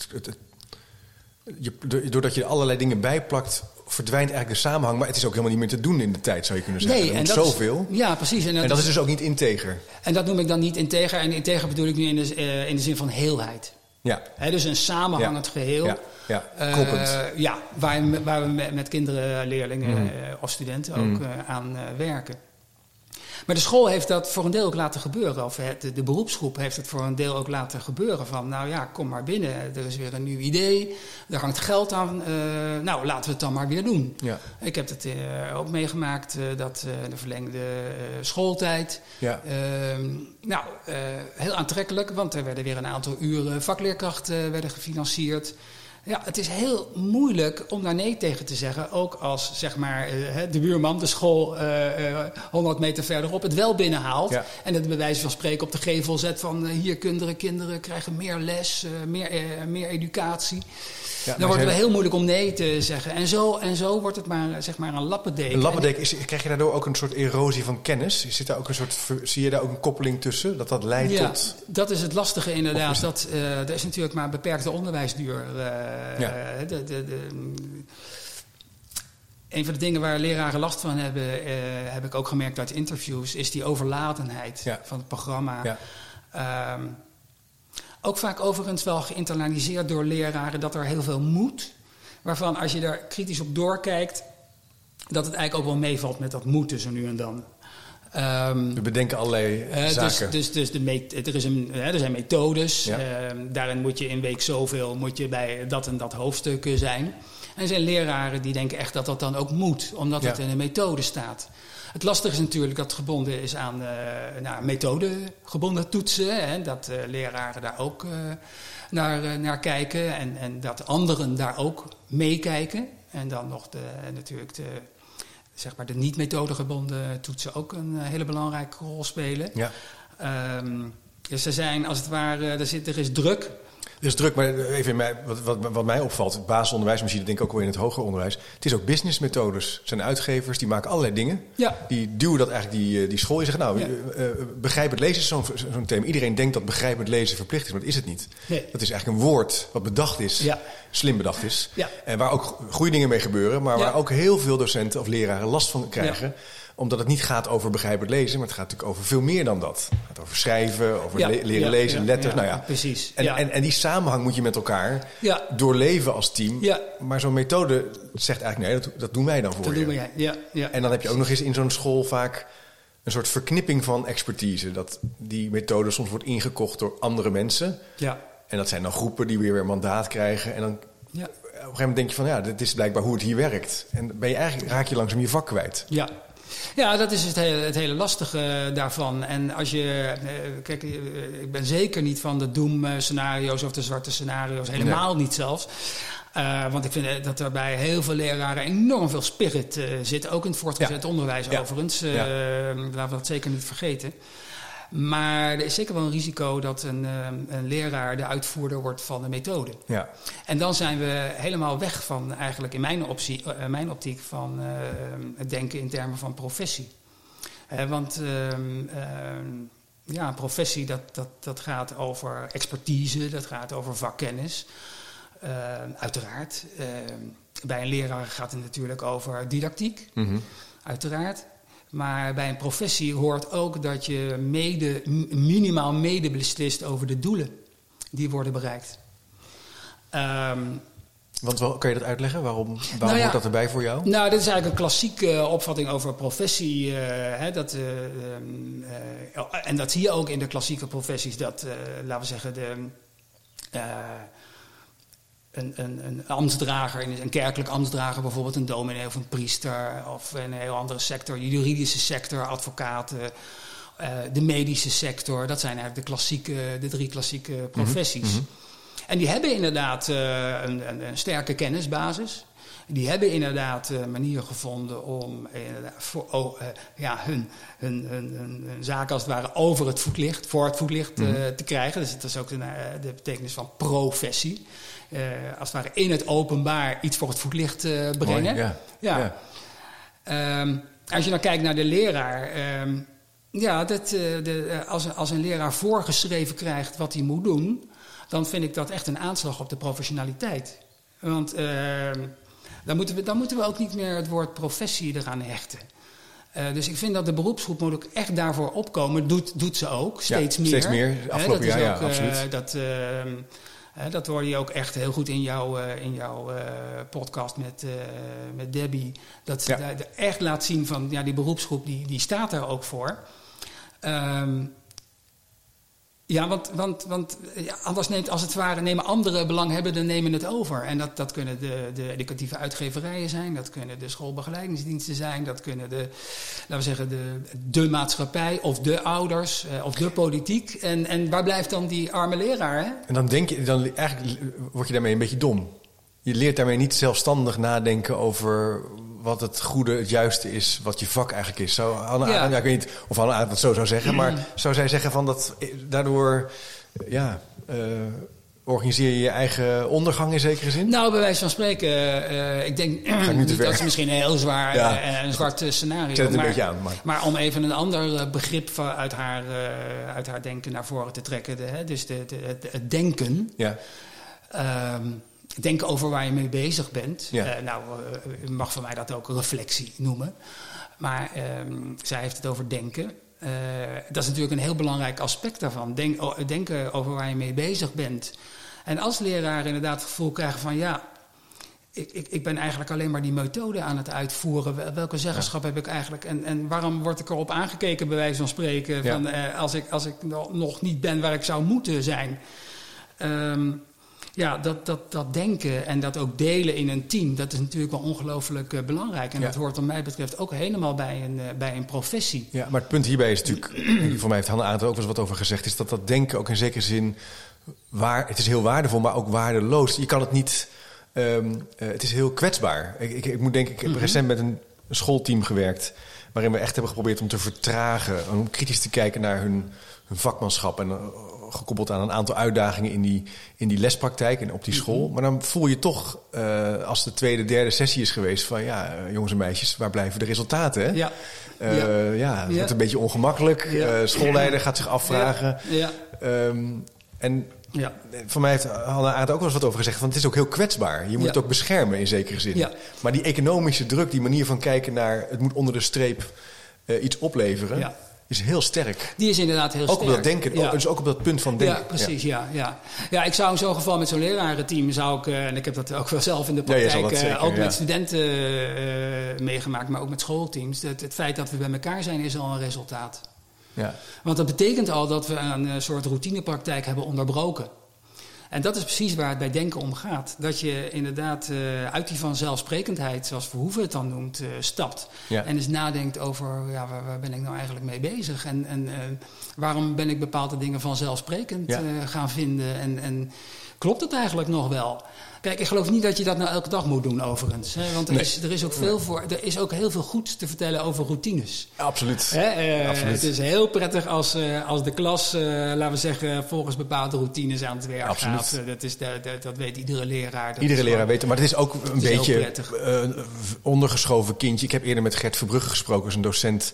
doordat je allerlei dingen bijplakt, verdwijnt eigenlijk de samenhang. Maar het is ook helemaal niet meer te doen in de tijd, zou je kunnen zeggen. Nee, er moet zoveel. Ja, precies. En dat is dus ook niet integer. En dat noem ik dan niet integer. En integer bedoel ik nu in de zin van heelheid. Ja. Dus een samenhangend geheel. Ja, kloppend. Waar we met kinderen, leerlingen of studenten ook aan werken. Maar de school heeft dat voor een deel ook laten gebeuren. Of de beroepsgroep heeft het voor een deel ook laten gebeuren. Van kom maar binnen. Er is weer een nieuw idee. Er hangt geld aan. Laten we het dan maar weer doen. Ja. Ik heb het ook meegemaakt. Dat de verlengde schooltijd. Ja. Heel aantrekkelijk. Want er werden weer een aantal uren vakleerkrachten werden gefinancierd. Ja, het is heel moeilijk om daar nee tegen te zeggen. Ook als zeg maar, de buurman de school 100 meter verderop het wel binnenhaalt. Ja. En het bij wijze van spreken op de gevel zet van hier kinderen krijgen meer les, meer educatie. Ja, dan wordt het wel heel moeilijk om nee te zeggen. En zo wordt het maar, zeg maar een lappendeken. Een lappendeken, krijg je daardoor ook een soort erosie van kennis? Zie je daar ook een koppeling tussen? Dat leidt tot... dat is het lastige inderdaad. Er is natuurlijk maar beperkte onderwijsduur. Een van de dingen waar leraren last van hebben, heb ik ook gemerkt uit interviews, is die overladenheid van het programma. Ja. Ook vaak overigens wel geïnternaliseerd door leraren dat er heel veel moet. Waarvan als je daar kritisch op doorkijkt, dat het eigenlijk ook wel meevalt met dat moeten zo nu en dan. We bedenken allerlei zaken. Er zijn methodes. Ja. Daarin moet je in week zoveel bij dat en dat hoofdstuk zijn. En er zijn leraren die denken echt dat dat dan ook moet, omdat het in een methode staat. Het lastige is natuurlijk dat het gebonden is aan methodegebonden toetsen. Hè, dat leraren daar ook naar kijken en dat anderen daar ook meekijken. En dan nog de niet-methodegebonden toetsen ook een hele belangrijke rol spelen. Ja. Dus ze zijn als het ware, er is druk. Er is druk, maar even wat mij opvalt, het basisonderwijs, maar je ziet het denk ik ook wel in het hoger onderwijs. Het is ook businessmethodes. Het zijn uitgevers, die maken allerlei dingen. Ja. Die duwen dat eigenlijk die school. Je zegt, begrijpend lezen is zo'n thema. Iedereen denkt dat begrijpend lezen verplicht is, maar dat is het niet. Nee. Dat is eigenlijk een woord wat bedacht is, slim bedacht is. Ja. En waar ook goede dingen mee gebeuren, maar waar ook heel veel docenten of leraren last van krijgen. Ja. Omdat het niet gaat over begrijpend lezen, maar het gaat natuurlijk over veel meer dan dat. Het gaat over schrijven, over leren lezen, letters. Precies. En die samenhang moet je met elkaar doorleven als team. Ja. Maar zo'n methode zegt eigenlijk, nee, dat doen wij dan voor je. Dat doen wij, ja. En dan heb je ook nog eens in zo'n school vaak een soort verknipping van expertise. Dat die methode soms wordt ingekocht door andere mensen. Ja. En dat zijn dan groepen die weer mandaat krijgen. En dan op een gegeven moment denk je van, dit is blijkbaar hoe het hier werkt. En raak je langzaam je vak kwijt. Ja. Ja, dat is het hele lastige daarvan. En als je... Kijk, ik ben zeker niet van de doom-scenario's of de zwarte scenario's. Helemaal niet zelfs. Want ik vind dat er bij heel veel leraren enorm veel spirit zit. Ook in het voortgezet onderwijs overigens. Laten we dat zeker niet vergeten. Maar er is zeker wel een risico dat een leraar de uitvoerder wordt van de methode. Ja. En dan zijn we helemaal weg van eigenlijk in mijn optiek van het denken in termen van professie. Want een professie, dat gaat over expertise, dat gaat over vakkennis. Uiteraard. Bij een leraar gaat het natuurlijk over didactiek. Mm-hmm. Uiteraard. Maar bij een professie hoort ook dat je minimaal mede beslist over de doelen die worden bereikt. Want kan je dat uitleggen? Waarom hoort dat erbij voor jou? Nou, dit is eigenlijk een klassieke opvatting over een professie. En dat zie je ook in de klassieke professies. Dat, laten we zeggen, een ambtsdrager, een kerkelijk ambtsdrager, bijvoorbeeld een dominee of een priester, of een heel andere sector, de juridische sector, advocaten, de medische sector. Dat zijn eigenlijk de 3 klassieke professies. Mm-hmm. En die hebben inderdaad een sterke kennisbasis. Die hebben inderdaad manieren gevonden om hun zaken als het ware voor het voetlicht te krijgen. Dus dat is ook de betekenis van professie. Als het ware in het openbaar iets voor het voetlicht brengen. Mooi, ja. Als je dan kijkt naar de leraar. Als een leraar voorgeschreven krijgt wat hij moet doen, dan vind ik dat echt een aanslag op de professionaliteit. Want dan moeten we ook niet meer het woord professie eraan hechten. Dus ik vind dat de beroepsgroep moet ook echt daarvoor opkomen. Doet ze ook, steeds meer. Steeds meer, afgelopen jaar, absoluut. Dat hoorde je ook echt heel goed in jouw podcast met Debbie. Dat ze daar echt laat zien van, die beroepsgroep die staat daar ook voor. Want anders nemen andere belanghebbenden nemen het over. En dat kunnen de educatieve uitgeverijen zijn, dat kunnen de schoolbegeleidingsdiensten zijn, dat kunnen de maatschappij of de ouders of de politiek. En waar blijft dan die arme leraar? Hè? En dan eigenlijk word je daarmee een beetje dom. Je leert daarmee niet zelfstandig nadenken over wat het goede, het juiste is, wat je vak eigenlijk is. Zou Hannah Arendt, ik weet niet of Hannah Arendt dat zo zou zeggen, maar zou zij zeggen van dat daardoor organiseer je je eigen ondergang in zekere zin? Nou, bij wijze van spreken, ik denk niet dat is misschien een heel zwaar en zwart scenario. Ik zet het een beetje aan. Maar om even een ander begrip uit haar denken naar voren te trekken. Dus het denken. Ja. Denken over waar je mee bezig bent. Ja. Je mag van mij dat ook reflectie noemen. Maar zij heeft het over denken. Dat is natuurlijk een heel belangrijk aspect daarvan. Denken over waar je mee bezig bent. En als leraar inderdaad het gevoel krijgen van ik ben eigenlijk alleen maar die methode aan het uitvoeren. Welke zeggenschap heb ik eigenlijk? En waarom word ik erop aangekeken, bij wijze van spreken, van, als ik nog niet ben waar ik zou moeten zijn? Dat denken en dat ook delen in een team, dat is natuurlijk wel ongelooflijk belangrijk. En dat hoort wat mij betreft ook helemaal bij een professie. Ja, maar het punt hierbij is natuurlijk, voor mij heeft Hannah Arendt er ook wel eens wat over gezegd, is dat denken ook in zekere zin het is heel waardevol, maar ook waardeloos. Je kan het niet, het is heel kwetsbaar. Ik moet denken, ik heb recent met een schoolteam gewerkt, waarin we echt hebben geprobeerd om te vertragen, om kritisch te kijken naar hun vakmanschap en gekoppeld aan een aantal uitdagingen in die lespraktijk en op die school. Maar dan voel je toch, als de tweede, derde sessie is geweest, van jongens en meisjes, waar blijven de resultaten? Hè? Het wordt een beetje ongemakkelijk. Schoolleider gaat zich afvragen. Voor mij heeft Hannah Arendt ook wel eens wat over gezegd, want het is ook heel kwetsbaar. Je moet het ook beschermen in zekere zin. Ja. Maar die economische druk, die manier van kijken naar het moet onder de streep iets opleveren. Ja. Is heel sterk. Die is inderdaad heel sterk. Ook op dat denken, dus ook op dat punt van denken. Ja, precies, ja, ik zou in zo'n geval met zo'n lerarenteam, en ik heb dat ook wel zelf in de praktijk, met studenten meegemaakt, maar ook met schoolteams. Het feit dat we bij elkaar zijn is al een resultaat. Ja. Want dat betekent al dat we een soort routinepraktijk hebben onderbroken. En dat is precies waar het bij denken om gaat. Dat je inderdaad uit die vanzelfsprekendheid, zoals Verhoeven het dan noemt, stapt. Ja. En eens nadenkt over, waar ben ik nou eigenlijk mee bezig? En waarom ben ik bepaalde dingen vanzelfsprekend gaan vinden? En klopt het eigenlijk nog wel? Kijk, ik geloof niet dat je dat nou elke dag moet doen, overigens. Hè? Want er is ook heel veel goeds te vertellen over routines. Absoluut. Absoluut. Het is heel prettig als de klas, laten we zeggen, volgens bepaalde routines aan het werk gaat. Dat weet iedere leraar. Iedere leraar weet het. Maar het is ook een beetje ondergeschoven kindje. Ik heb eerder met Gert Verbrugge gesproken, als een docent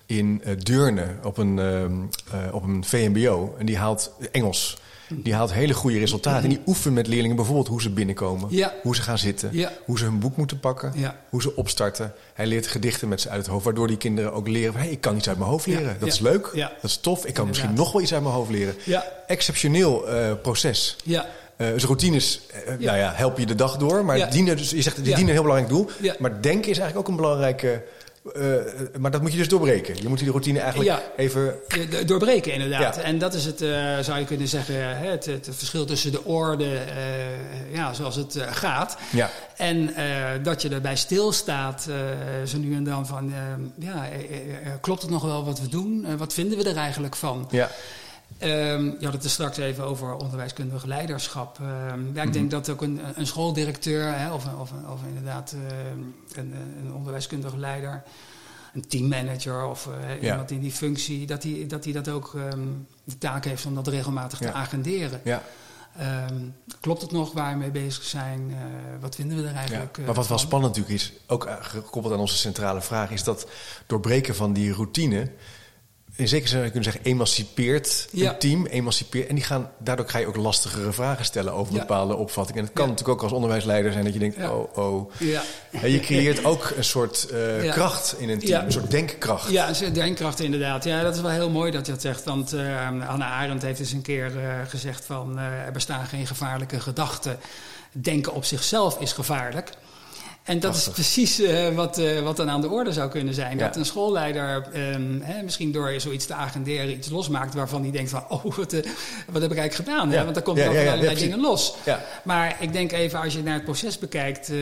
in Deurne op een VMBO. En die haalt Engels. Die haalt hele goede resultaten. En die oefent met leerlingen bijvoorbeeld hoe ze binnenkomen. Hoe ze gaan zitten. Hoe ze hun boek moeten pakken. Hoe ze opstarten. Hij leert gedichten met ze uit het hoofd. Waardoor die kinderen ook leren. Hey, ik kan iets uit mijn hoofd leren. Dat is leuk. Dat is tof. Ik kan misschien nog wel iets uit mijn hoofd leren. Exceptioneel proces. Dus routines helpen je de dag door. Maar dienen, dus je zegt, die dienen een heel belangrijk doel. Maar denken is eigenlijk ook een belangrijke... maar dat moet je dus doorbreken. Je moet die routine eigenlijk even... doorbreken, inderdaad. En dat is het, zou je kunnen zeggen, het verschil tussen de orde, zoals het gaat. En dat je erbij stilstaat, zo nu en dan van... klopt het nog wel wat we doen? Wat vinden we er eigenlijk van? Je had het er straks even over onderwijskundig leiderschap. Ik denk dat ook een schooldirecteur of inderdaad een onderwijskundig leider, een teammanager of iemand in die functie, dat hij dat ook de taak heeft om dat regelmatig te agenderen. Klopt het nog waar we mee bezig zijn? Wat vinden we er eigenlijk maar wat wel spannend natuurlijk is, ook gekoppeld aan onze centrale vraag, is dat doorbreken van die routine... In zekere zin zou je kunnen zeggen, emancipeert een team. En daardoor ga je ook lastigere vragen stellen over bepaalde opvattingen. En het kan natuurlijk ook als onderwijsleider zijn dat je denkt, En je creëert ook een soort kracht in een team, een soort denkkracht. Ja, een soort denkkracht inderdaad. Ja, dat is wel heel mooi dat je dat zegt. Want Hannah Arendt heeft eens een keer gezegd van... er bestaan geen gevaarlijke gedachten. Denken op zichzelf is gevaarlijk. En dat is precies wat dan aan de orde zou kunnen zijn. Dat een schoolleider misschien door zoiets te agenderen iets losmaakt... waarvan hij denkt van, wat heb ik eigenlijk gedaan? Want dan komt er ook allerlei dingen los. Maar ik denk even, als je naar het proces bekijkt...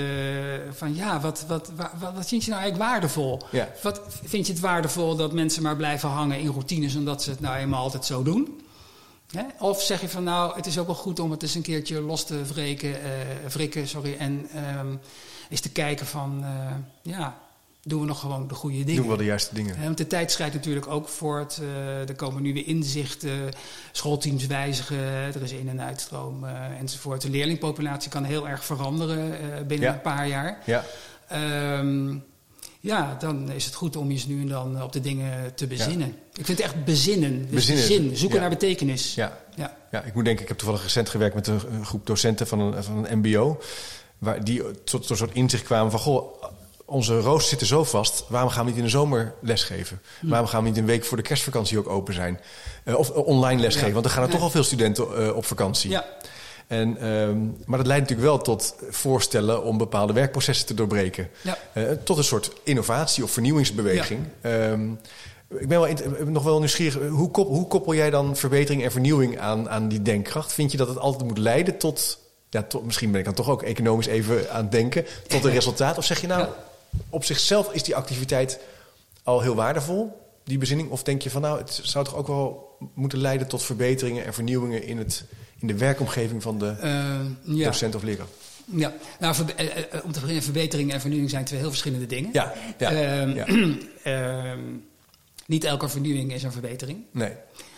wat vind je nou eigenlijk waardevol? Wat vind je het waardevol dat mensen maar blijven hangen in routines... omdat ze het nou eenmaal altijd zo doen? Of zeg je van, het is ook wel goed om het eens een keertje los te wrikken. En... is te kijken van, doen we nog gewoon de goede dingen? Doen we de juiste dingen? Want de tijd schrijdt natuurlijk ook voort. Er komen nu weer inzichten, schoolteams wijzigen, er is in- en uitstroom enzovoort. De leerlingpopulatie kan heel erg veranderen binnen een paar jaar. Dan is het goed om je nu en dan op de dingen te bezinnen. Ik vind het echt bezinnen. Dus zin, zoeken naar betekenis. Ik moet denken, ik heb toevallig recent gewerkt met een groep docenten van een mbo... waar die tot een soort inzicht kwamen van... onze roosters zitten zo vast, waarom gaan we niet in de zomer lesgeven? Waarom gaan we niet een week voor de kerstvakantie ook open zijn? Of online lesgeven, want er gaan er toch al veel studenten op vakantie. Maar dat leidt natuurlijk wel tot voorstellen om bepaalde werkprocessen te doorbreken. Tot een soort innovatie of vernieuwingsbeweging. Ik ben nog wel nieuwsgierig. Hoe koppel jij dan verbetering en vernieuwing aan die denkkracht? Vind je dat het altijd moet leiden tot... misschien ben ik dan toch ook economisch even aan het denken... tot een resultaat? Of zeg je op zichzelf is die activiteit al heel waardevol, die bezinning? Of denk je van, het zou toch ook wel moeten leiden tot verbeteringen en vernieuwingen in de werkomgeving van de docent of leraar? Ja, om te beginnen, verbetering en vernieuwing zijn twee heel verschillende dingen. Niet elke vernieuwing is een verbetering. Nee.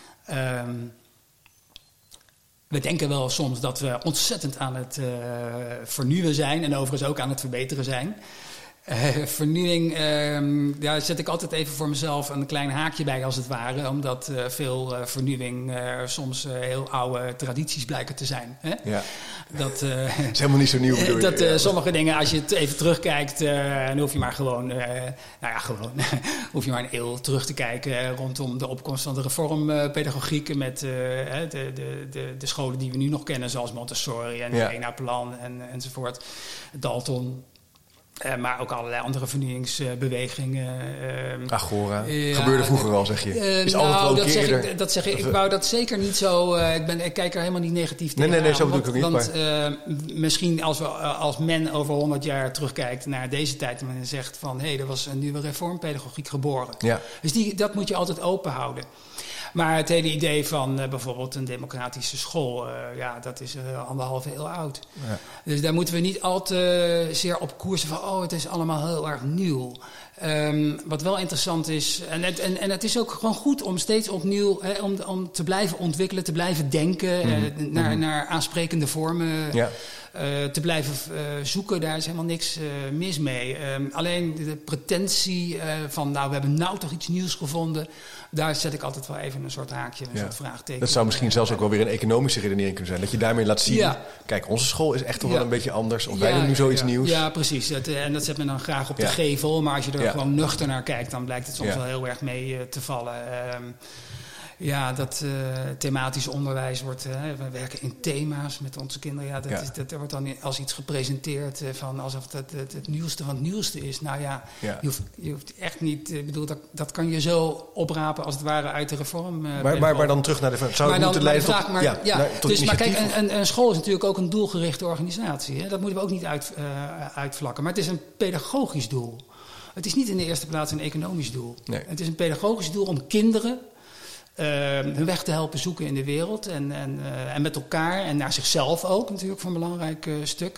We denken wel soms dat we ontzettend aan het vernieuwen zijn... en overigens ook aan het verbeteren zijn. Vernieuwing, zet ik altijd even voor mezelf een klein haakje bij als het ware. Omdat veel vernieuwing soms heel oude tradities blijken te zijn. Dat is helemaal niet zo nieuw, bedoel je? Sommige dingen, als je het even terugkijkt... dan hoef je maar hoef je maar een eeuw terug te kijken... rondom de opkomst van de reformpedagogiek... met de scholen die we nu nog kennen... zoals Montessori en Enaplan enzovoort. Dalton... maar ook allerlei andere vernieuwingsbewegingen. Agora. Gebeurde vroeger al, zeg je. Is altijd wel ik wou dat zeker niet zo... Ik kijk er helemaal niet negatief tegen Nee, zo bedoel ik ook niet. Want misschien als men over 100 jaar terugkijkt naar deze tijd... en men zegt van, er was een nieuwe reformpedagogiek geboren. Dus dat moet je altijd open houden. Maar het hele idee van bijvoorbeeld een democratische school... dat is 1,5 eeuw oud. Dus daar moeten we niet al te zeer op koersen van... het is allemaal heel erg nieuw. Wat wel interessant is, en het is ook gewoon goed om steeds opnieuw om te blijven ontwikkelen, te blijven denken, naar aansprekende vormen, te blijven zoeken. Daar is helemaal niks mis mee. Alleen de pretentie van, we hebben nou toch iets nieuws gevonden, daar zet ik altijd wel even een soort haakje, een soort vraagteken. Dat zou misschien zelfs ook wel weer een economische redenering kunnen zijn. Dat je daarmee laat zien, kijk, onze school is echt toch wel een beetje anders. Of wij doen nu zoiets nieuws. Ja, precies. En dat zet men dan graag op de gevel. Maar als je er gewoon nuchter naar kijkt, dan blijkt het soms wel heel erg mee te vallen. Dat thematisch onderwijs wordt... we werken in thema's met onze kinderen. Dat wordt dan als iets gepresenteerd van alsof het nieuwste van het nieuwste is. Je hoeft echt niet... Ik bedoel, dat kan je zo oprapen als het ware uit de reform. Maar dan terug naar de... Zou het moeten leiden tot maar kijk, een school is natuurlijk ook een doelgerichte organisatie. Hè? Dat moeten we ook niet uitvlakken. Maar het is een pedagogisch doel. Het is niet in de eerste plaats een economisch doel. Nee. Het is een pedagogisch doel om kinderen hun weg te helpen zoeken in de wereld. En met elkaar en naar zichzelf ook natuurlijk voor een belangrijk stuk.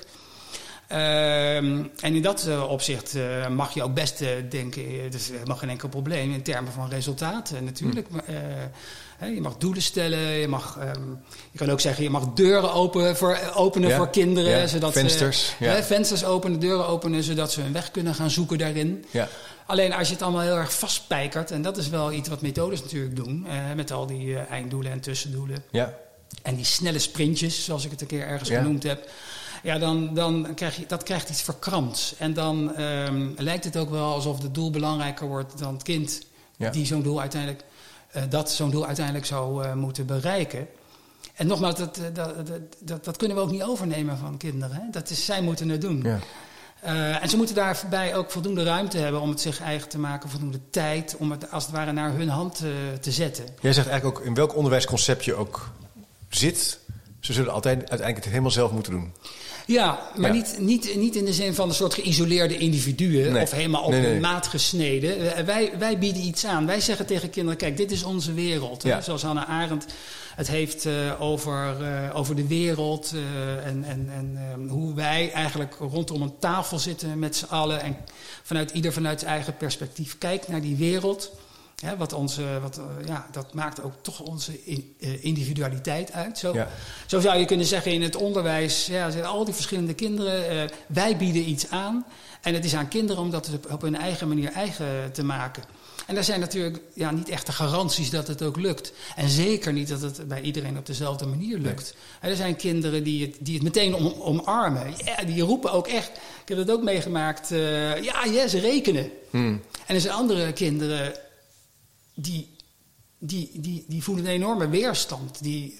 En in dat opzicht mag je ook best denken, dat is helemaal geen enkel probleem in termen van resultaten natuurlijk. Je mag doelen stellen, je kan ook zeggen, je mag deuren openen voor kinderen. Zodat vensters. Vensters openen, deuren openen, zodat ze hun weg kunnen gaan zoeken daarin. Ja. Alleen als je het allemaal heel erg vastspijkert, en dat is wel iets wat methodes natuurlijk doen, met al die einddoelen en tussendoelen. Ja. En die snelle sprintjes, zoals ik het een keer ergens genoemd heb. Ja, dan krijgt iets verkrampt. En dan lijkt het ook wel alsof het doel belangrijker wordt dan het kind die zo'n doel uiteindelijk zou moeten bereiken. En nogmaals, dat kunnen we ook niet overnemen van kinderen. Hè? Zij moeten het doen. Ja. En ze moeten daarbij ook voldoende ruimte hebben om het zich eigen te maken, voldoende tijd om het als het ware naar hun hand te zetten. Jij zegt eigenlijk ook in welk onderwijsconcept je ook zit, ze zullen uiteindelijk het helemaal zelf moeten doen. Ja, maar niet in de zin van een soort geïsoleerde individuen of helemaal op hun maat gesneden. Wij bieden iets aan. Wij zeggen tegen kinderen, kijk, dit is onze wereld. Ja. Zoals Hannah Arendt het heeft over de wereld en hoe wij eigenlijk rondom een tafel zitten met z'n allen en ieder vanuit zijn eigen perspectief kijkt naar die wereld. Ja, dat maakt ook toch onze individualiteit uit. Zo zou je kunnen zeggen in het onderwijs. Ja, er zijn al die verschillende kinderen. Wij bieden iets aan. En het is aan kinderen om dat op hun eigen manier eigen te maken. En daar zijn natuurlijk niet echt de garanties dat het ook lukt. En zeker niet dat het bij iedereen op dezelfde manier lukt. Nee. Er zijn kinderen die het meteen omarmen. Ja, die roepen ook echt. Ik heb dat ook meegemaakt. Ze rekenen. En er zijn andere kinderen die voelen een enorme weerstand.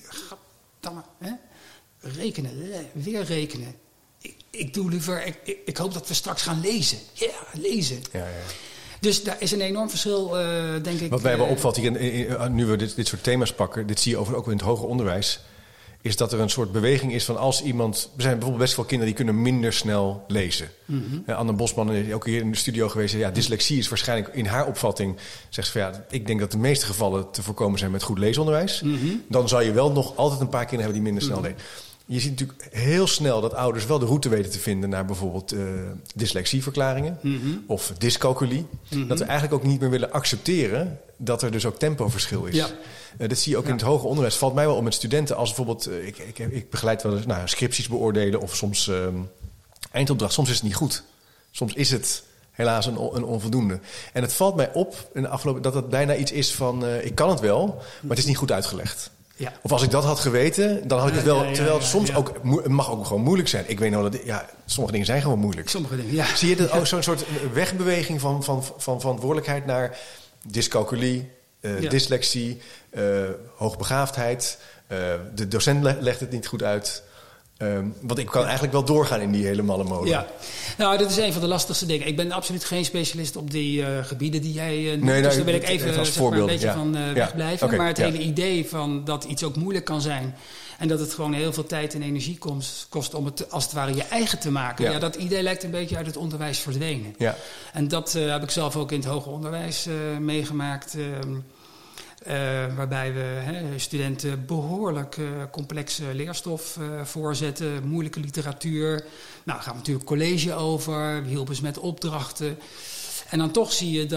Rekenen, weer rekenen. Ik doe liever, ik hoop dat we straks gaan lezen. Ja, lezen. Ja. Dus daar is een enorm verschil, denk ik. Wat mij wel opvalt hier, nu we dit soort thema's pakken, dit zie je ook in het hoger onderwijs, is dat er een soort beweging is van als iemand... Er zijn bijvoorbeeld best veel kinderen die kunnen minder snel lezen. Mm-hmm. Anne Bosman is ook hier in de studio geweest. Ja, dyslexie is waarschijnlijk in haar opvatting... zegt ze van ik denk dat de meeste gevallen te voorkomen zijn met goed leesonderwijs. Mm-hmm. Dan zou je wel nog altijd een paar kinderen hebben die minder snel lezen. Je ziet natuurlijk heel snel dat ouders wel de route weten te vinden naar bijvoorbeeld dyslexieverklaringen of dyscalculie. Mm-hmm. Dat we eigenlijk ook niet meer willen accepteren dat er dus ook tempoverschil is. Ja. Dat zie je ook in het hoger onderwijs. Valt mij wel op met studenten als bijvoorbeeld... Ik begeleid wel eens scripties beoordelen of soms eindopdracht. Soms is het niet goed. Soms is het helaas een onvoldoende. En het valt mij op in de afgelopen dat het bijna iets is van... ik kan het wel, maar het is niet goed uitgelegd. Ja. Of als ik dat had geweten, dan had ik het wel... terwijl het soms ook... Het mag ook gewoon moeilijk zijn. Ik weet nou dat... sommige dingen zijn gewoon moeilijk. Sommige dingen, ja. Zie je dat ook zo'n soort wegbeweging van verantwoordelijkheid naar dyscalculie, dyslexie, hoogbegaafdheid. De docent legt het niet goed uit. Want ik kan eigenlijk wel doorgaan in die hele malle mode. Ja, nou, dat is een van de lastigste dingen. Ik ben absoluut geen specialist op die gebieden die jij noemt. Dus daar wil ik even een beetje van wegblijven. Okay, maar het hele idee van dat iets ook moeilijk kan zijn... en dat het gewoon heel veel tijd en energie kost om het als het ware je eigen te maken... Ja, dat idee lijkt een beetje uit het onderwijs verdwenen. Ja. En dat heb ik zelf ook in het hoger onderwijs meegemaakt... waarbij we studenten behoorlijk complexe leerstof voorzetten, moeilijke literatuur. Nou, daar gaan we natuurlijk college over, we hielpen ze met opdrachten. En dan toch zie je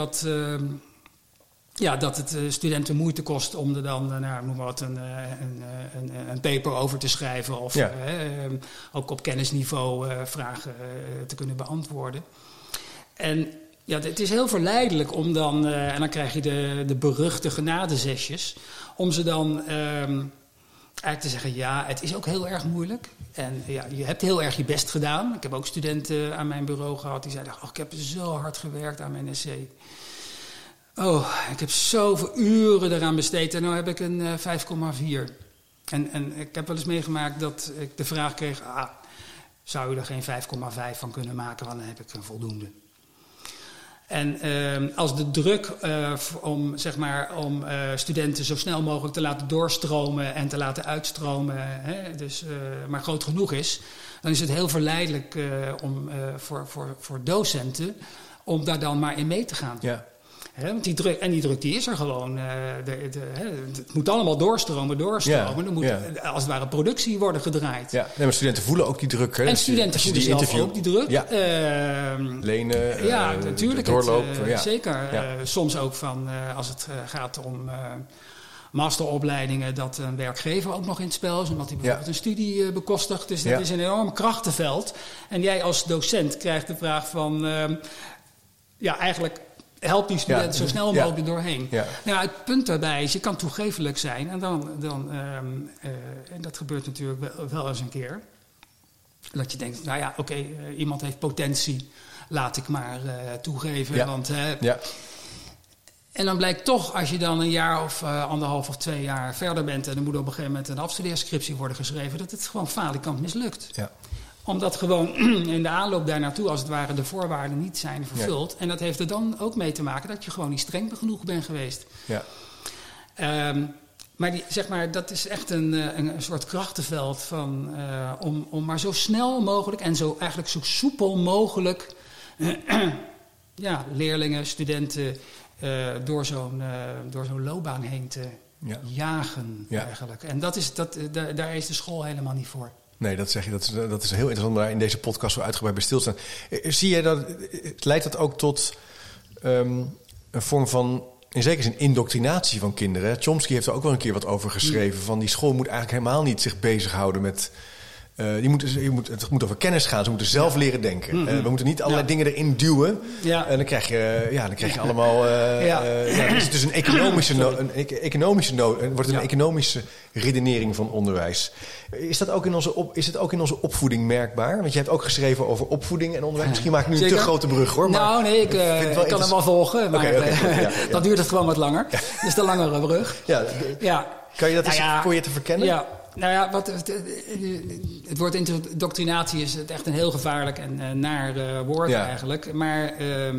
dat het studenten moeite kost om er dan, noem maar wat, een paper over te schrijven. Of ook op kennisniveau vragen te kunnen beantwoorden. En ja, het is heel verleidelijk om dan, en dan krijg je de beruchte genadezesjes, om ze dan eigenlijk te zeggen, ja, het is ook heel erg moeilijk. En ja, je hebt heel erg je best gedaan. Ik heb ook studenten aan mijn bureau gehad die zeiden, ik heb zo hard gewerkt aan mijn essay. Ik heb zoveel uren eraan besteed en nu heb ik een 5,4. En ik heb wel eens meegemaakt dat ik de vraag kreeg, zou je er geen 5,5 van kunnen maken, want dan heb ik een voldoende. En als de druk om studenten zo snel mogelijk te laten doorstromen en te laten uitstromen, maar groot genoeg is, dan is het heel verleidelijk voor docenten om daar dan maar in mee te gaan. Ja. Want die druk die is er gewoon. Het moet allemaal doorstromen. Er moet als het ware productie worden gedraaid. Ja. Nee, maar studenten voelen ook die druk. Hè? En studenten voelen zelf ook die druk. Ja. Lenen, natuurlijk. Doorloop. Zeker. Ja. Soms ook als het gaat om masteropleidingen, dat een werkgever ook nog in het spel is, omdat hij bijvoorbeeld een studie bekostigt. Dus dat is een enorm krachtenveld. En jij als docent krijgt de vraag van, eigenlijk help die studenten zo snel mogelijk er doorheen. Ja. Nou, het punt daarbij is, je kan toegeeflijk zijn. En en dat gebeurt natuurlijk wel eens een keer. Dat je denkt, iemand heeft potentie. Laat ik maar toegeven. Ja. Want, En dan blijkt toch, als je dan een jaar of 1,5 of 2 jaar verder bent, en er moet op een gegeven moment een afstudeerscriptie worden geschreven, dat het gewoon falikant mislukt. Ja. Omdat gewoon in de aanloop daar naartoe, als het ware, de voorwaarden niet zijn vervuld. Ja. En dat heeft er dan ook mee te maken dat je gewoon niet streng genoeg bent geweest. Ja. Maar dat is echt een soort krachtenveld van, om maar zo snel mogelijk en eigenlijk zo soepel mogelijk leerlingen, studenten door zo'n loopbaan heen te jagen eigenlijk. En daar is de school helemaal niet voor. Nee, dat zeg je. Dat is heel interessant om daar in deze podcast zo uitgebreid bij stil te staan. Zie jij dat? Leidt dat ook tot een vorm van, in zekere zin, indoctrinatie van kinderen? Chomsky heeft er ook wel een keer wat over geschreven. Van die school moet eigenlijk helemaal niet zich bezighouden met. Het moet over kennis gaan. Ze moeten zelf leren denken. Mm-hmm. We moeten niet allerlei dingen erin duwen. Ja. En dan krijg je allemaal. Het is dus een economische redenering van onderwijs. Is het ook in onze opvoeding merkbaar? Want je hebt ook geschreven over opvoeding en onderwijs. Misschien maak ik nu een te grote brug, hoor. Maar ik kan hem wel volgen. Maar dan duurt het gewoon wat langer. Ja. Dat is de langere brug. Kan je dat eens voor je te verkennen? Ja. Nou ja, het woord indoctrinatie is echt een heel gevaarlijk en naar woord eigenlijk. Maar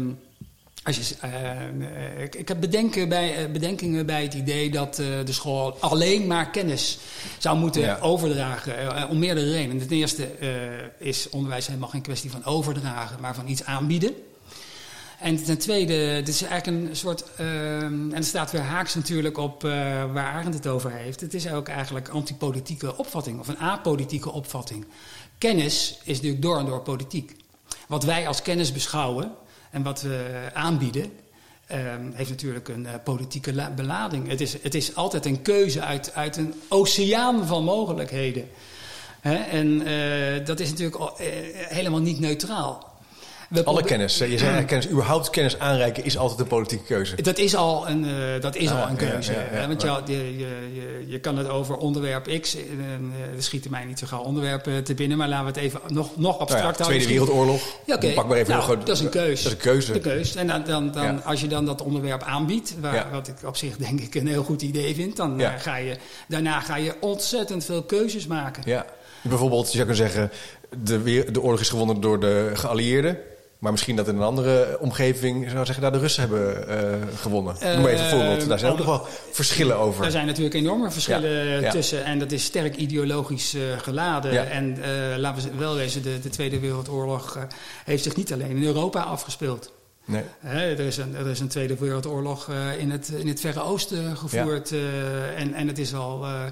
ik heb bedenkingen bij het idee dat de school alleen maar kennis zou moeten overdragen. Om meerdere redenen. Ten eerste is onderwijs helemaal geen kwestie van overdragen, maar van iets aanbieden. En ten tweede, het is eigenlijk een soort, en het staat weer haaks natuurlijk op waar Arendt het over heeft. Het is ook eigenlijk antipolitieke opvatting of een apolitieke opvatting. Kennis is natuurlijk door en door politiek. Wat wij als kennis beschouwen en wat we aanbieden, heeft natuurlijk een politieke belading. Het is altijd een keuze uit een oceaan van mogelijkheden. En dat is natuurlijk helemaal niet neutraal. Alle kennis. Je zei kennis, überhaupt kennis aanreiken is altijd een politieke keuze. Dat is al een keuze. Want je kan het over onderwerp X. Er schieten mij niet zo gauw onderwerpen te binnen, maar laten we het even nog abstract houden. Tweede Wereldoorlog. Pak maar even dat is een keuze. Dat is een keuze. En dan als je dan dat onderwerp aanbiedt, wat ik op zich denk ik een heel goed idee vind, dan ga je ontzettend veel keuzes maken. Ja. Bijvoorbeeld, je zou kunnen zeggen, de oorlog is gewonnen door de geallieerden. Maar misschien dat in een andere omgeving, zou zeggen, de Russen hebben gewonnen. Noem even een voorbeeld. Daar zijn ook nog wel verschillen over. Er zijn natuurlijk enorme verschillen tussen. En dat is sterk ideologisch geladen. Ja. En laten we wel wezen, de Tweede Wereldoorlog heeft zich niet alleen in Europa afgespeeld. Nee. Er is een Tweede Wereldoorlog in het Verre Oosten gevoerd. En het is al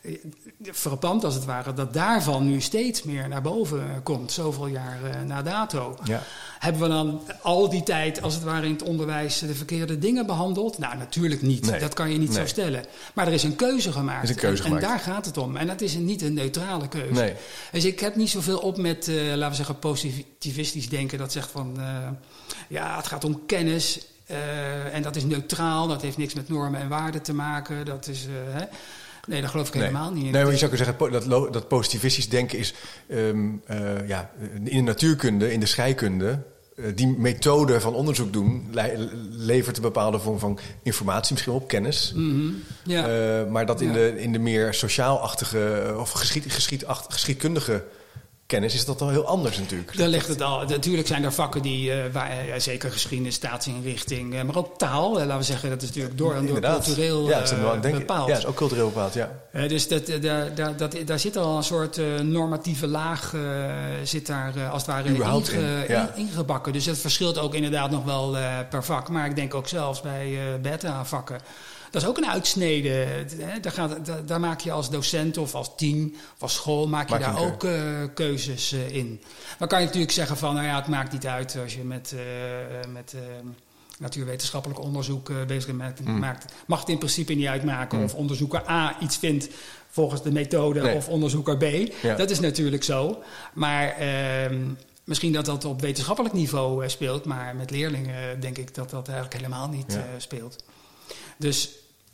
frappant als het ware, dat daarvan nu steeds meer naar boven komt, zoveel jaar na dato. Ja. Hebben we dan al die tijd, als het ware in het onderwijs, de verkeerde dingen behandeld? Nou, natuurlijk niet. Nee. Dat kan je niet zo stellen. Maar er is een keuze gemaakt. En daar gaat het om. En dat is niet een neutrale keuze. Nee. Dus ik heb niet zoveel op met, laten we zeggen, positivistisch denken. Dat zegt van, het gaat om kennis. En dat is neutraal. Dat heeft niks met normen en waarden te maken. Dat is... Nee, dat geloof ik helemaal niet in. Nee, maar je zou kunnen zeggen dat positivistisch denken is in de natuurkunde, in de scheikunde, die methode van onderzoek doen levert een bepaalde vorm van informatie, misschien op kennis. Mm-hmm. Ja. Maar dat in de meer sociaalachtige of geschiedkundige kennis is dat al heel anders natuurlijk. Daar ligt het al. Natuurlijk zijn er vakken die, zeker geschiedenis, staatsinrichting, maar ook taal, laten we zeggen, dat is natuurlijk door cultureel bepaald. Ja, is ook cultureel bepaald, ja. Dus daar zit al een soort normatieve laag, zit daar als het ware ingebakken. Dus het verschilt ook inderdaad nog wel per vak. Maar ik denk ook zelfs bij beta-vakken. Dat is ook een uitsnede. Daar maak je als docent of als team of als school maak je daar ook keuzes in. Dan kan je natuurlijk zeggen van, het maakt niet uit als je met natuurwetenschappelijk onderzoek bezig bent. Mag het in principe niet uitmaken of onderzoeker A iets vindt volgens de methode of onderzoeker B. Ja. Dat is natuurlijk zo. Maar misschien dat op wetenschappelijk niveau speelt, maar met leerlingen denk ik dat eigenlijk helemaal niet speelt. Dus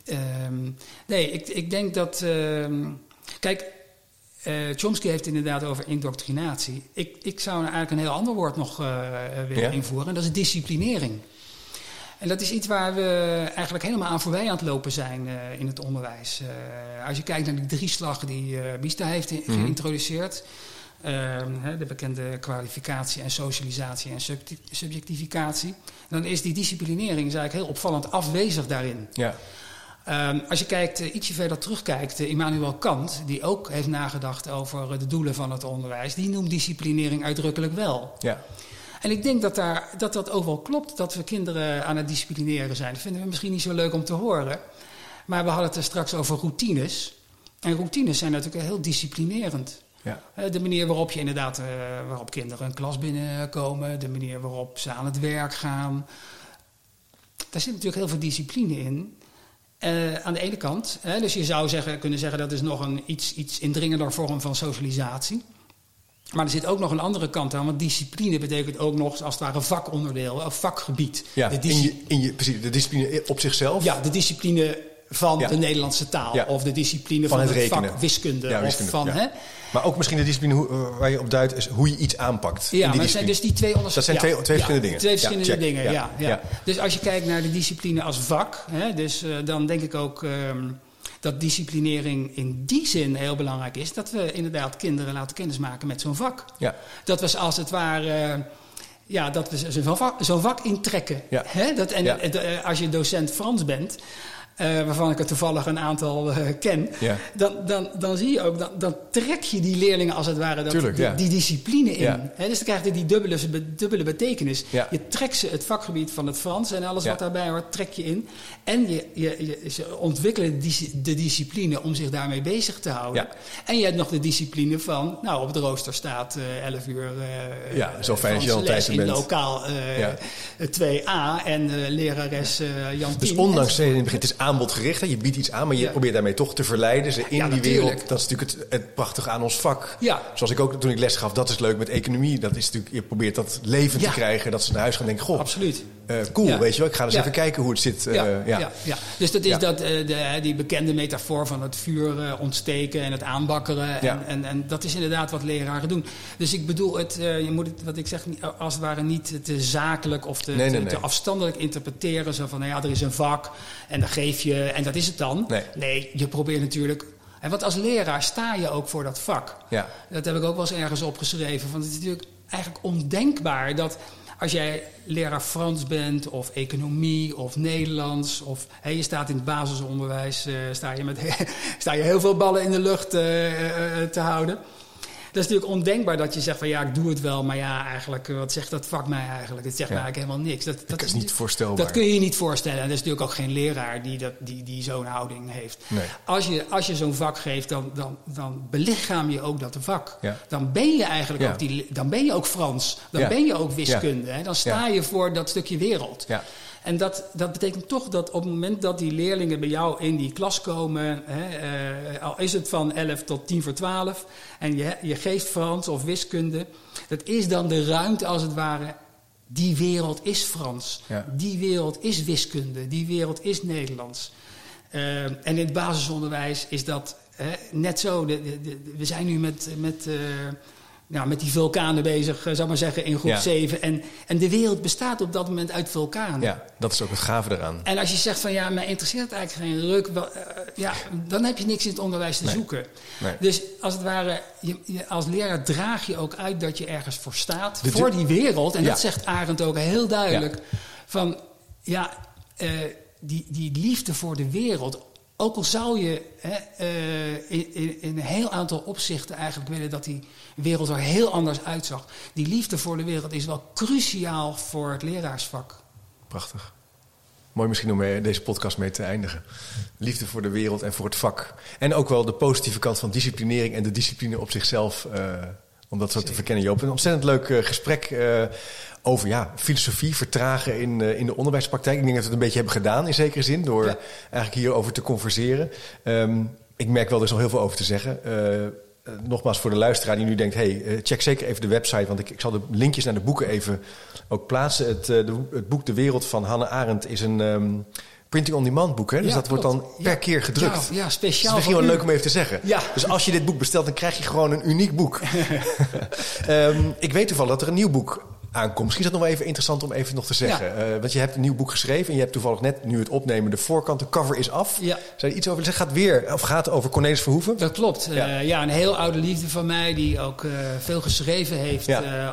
ik denk dat... kijk, Chomsky heeft inderdaad over indoctrinatie. Ik zou eigenlijk een heel ander woord nog willen invoeren. En dat is disciplinering. En dat is iets waar we eigenlijk helemaal aan voorbij aan het lopen zijn in het onderwijs. Als je kijkt naar die drieslag die Bista heeft geïntroduceerd... de bekende kwalificatie en socialisatie en subjectificatie... dan is die disciplinering eigenlijk heel opvallend afwezig daarin. Ja. Als je kijkt, ietsje verder terugkijkt, Immanuel Kant... die ook heeft nagedacht over de doelen van het onderwijs... die noemt disciplinering uitdrukkelijk wel. Ja. En ik denk dat ook wel klopt, dat we kinderen aan het disciplineren zijn. Dat vinden we misschien niet zo leuk om te horen. Maar we hadden het er straks over routines. En routines zijn natuurlijk heel disciplinerend. Ja. De manier waarop je inderdaad, waarop kinderen een klas binnenkomen, de manier waarop ze aan het werk gaan. Daar zit natuurlijk heel veel discipline in. Aan de ene kant, dus je zou kunnen zeggen dat is nog een iets indringender vorm van socialisatie. Maar er zit ook nog een andere kant aan, want discipline betekent ook nog als het ware vakonderdeel, of vakgebied. Ja, precies, de discipline op zichzelf. Ja, de discipline van de Nederlandse taal. Ja. Of de discipline van het vak wiskunde. Ja, wiskunde. Maar ook misschien de discipline waar je op duidt is hoe je iets aanpakt. Ja, maar zijn dus die twee onderscheiden. Dat zijn twee verschillende dingen. Twee verschillende dingen, ja. Dus als je kijkt naar de discipline als vak, dan denk ik ook dat disciplinering in die zin heel belangrijk is. Dat we inderdaad kinderen laten kennismaken met zo'n vak. Ja. Dat we als het ware... dat we zo'n vak intrekken. Ja. Als je docent Frans bent... waarvan ik er toevallig een aantal ken... Ja. Dan zie je ook... Dan trek je die leerlingen als het ware die discipline in. Ja. Dus dan krijg je die dubbele betekenis. Ja. Je trekt ze het vakgebied van het Frans... en alles wat daarbij hoort, trek je in. En ze ontwikkelen de discipline om zich daarmee bezig te houden. Ja. En je hebt nog de discipline van... op het rooster staat 11 uur... zo fijn als je al tijd in bent. Lokaal 2A en lerares Jan Dus ondanks in het begin... Het is aanbodgericht, je biedt iets aan, maar je probeert daarmee toch te verleiden ze in die wereld. Dat is natuurlijk het prachtige aan ons vak. Ja. Zoals ik ook toen ik les gaf, dat is leuk met economie. Dat is natuurlijk, je probeert dat levend te krijgen, dat ze naar huis gaan denken, goh, absoluut. Cool, weet je wel. Ik ga eens even kijken hoe het zit. Dus dat is die bekende metafoor van het vuur ontsteken en het aanbakkeren. En dat is inderdaad wat leraren doen. Dus ik bedoel, je moet het, wat ik zeg, als het ware niet te zakelijk of te afstandelijk interpreteren. Zo van, er is een vak en dan geef je en dat is het dan. Nee, je probeert natuurlijk... Want als leraar sta je ook voor dat vak. Ja. Dat heb ik ook wel eens ergens opgeschreven. Want het is natuurlijk eigenlijk ondenkbaar dat... Als jij leraar Frans bent, of economie, of Nederlands... of je staat in het basisonderwijs, sta je heel veel ballen in de lucht te houden... Dat is natuurlijk ondenkbaar dat je zegt van ja, ik doe het wel, maar ja, eigenlijk, wat zegt dat vak mij eigenlijk? Het zegt mij eigenlijk helemaal niks. Dat is niet voorstelbaar. Dat kun je je niet voorstellen. En er is natuurlijk ook geen leraar die zo'n houding heeft. Nee. Als je zo'n vak geeft, dan belichaam je ook dat vak. Ja. Dan ben je eigenlijk dan ben je ook Frans. Dan ben je ook wiskunde. Hè? Dan sta je voor dat stukje wereld. Ja. En dat betekent toch dat op het moment dat die leerlingen bij jou in die klas komen, al is het van 11 tot 10 voor 12, en je geeft Frans of wiskunde, dat is dan de ruimte als het ware. Die wereld is Frans. Ja. Die wereld is wiskunde. Die wereld is Nederlands. En in het basisonderwijs is dat net zo. We zijn nu met die vulkanen bezig, zou ik maar zeggen, in groep 7. En de wereld bestaat op dat moment uit vulkanen. Ja, dat is ook het gave eraan. En als je zegt van ja, mij interesseert het eigenlijk geen ruk, dan heb je niks in het onderwijs te zoeken. Nee. Dus als het ware, als leraar draag je ook uit dat je ergens voor staat, voor die wereld. En dat zegt Arendt ook heel duidelijk. Ja. Van die liefde voor de wereld. Ook al zou je in een heel aantal opzichten eigenlijk willen dat die wereld er heel anders uitzag. Die liefde voor de wereld is wel cruciaal voor het leraarsvak. Prachtig. Mooi misschien om deze podcast mee te eindigen. Liefde voor de wereld en voor het vak. En ook wel de positieve kant van disciplinering en de discipline op zichzelf. Om dat zo te verkennen, Joop. Een ontzettend leuk gesprek over filosofie, vertragen in de onderwijspraktijk. Ik denk dat we het een beetje hebben gedaan in zekere zin, door eigenlijk hierover te converseren. Ik merk wel, er is nog heel veel over te zeggen. Nogmaals voor de luisteraar die nu denkt, check zeker even de website, want ik zal de linkjes naar de boeken even ook plaatsen. Het boek De Wereld van Hannah Arendt is een printing-on-demand boek, hè? Dus dat wordt dan per keer gedrukt. Ja, speciaal. Dus dat is misschien wel leuk om even te zeggen. Ja. Dus als je dit boek bestelt, dan krijg je gewoon een uniek boek. Ik weet toevallig dat er een nieuw boek aankomt. Misschien is dat nog wel even interessant om even nog te zeggen. Ja. Want je hebt een nieuw boek geschreven en je hebt toevallig net nu het opnemen, de voorkant, de cover is af. Ja. Zou je iets over zeggen? Gaat over Cornelis Verhoeven? Dat klopt. Een heel oude liefde van mij die ook veel geschreven heeft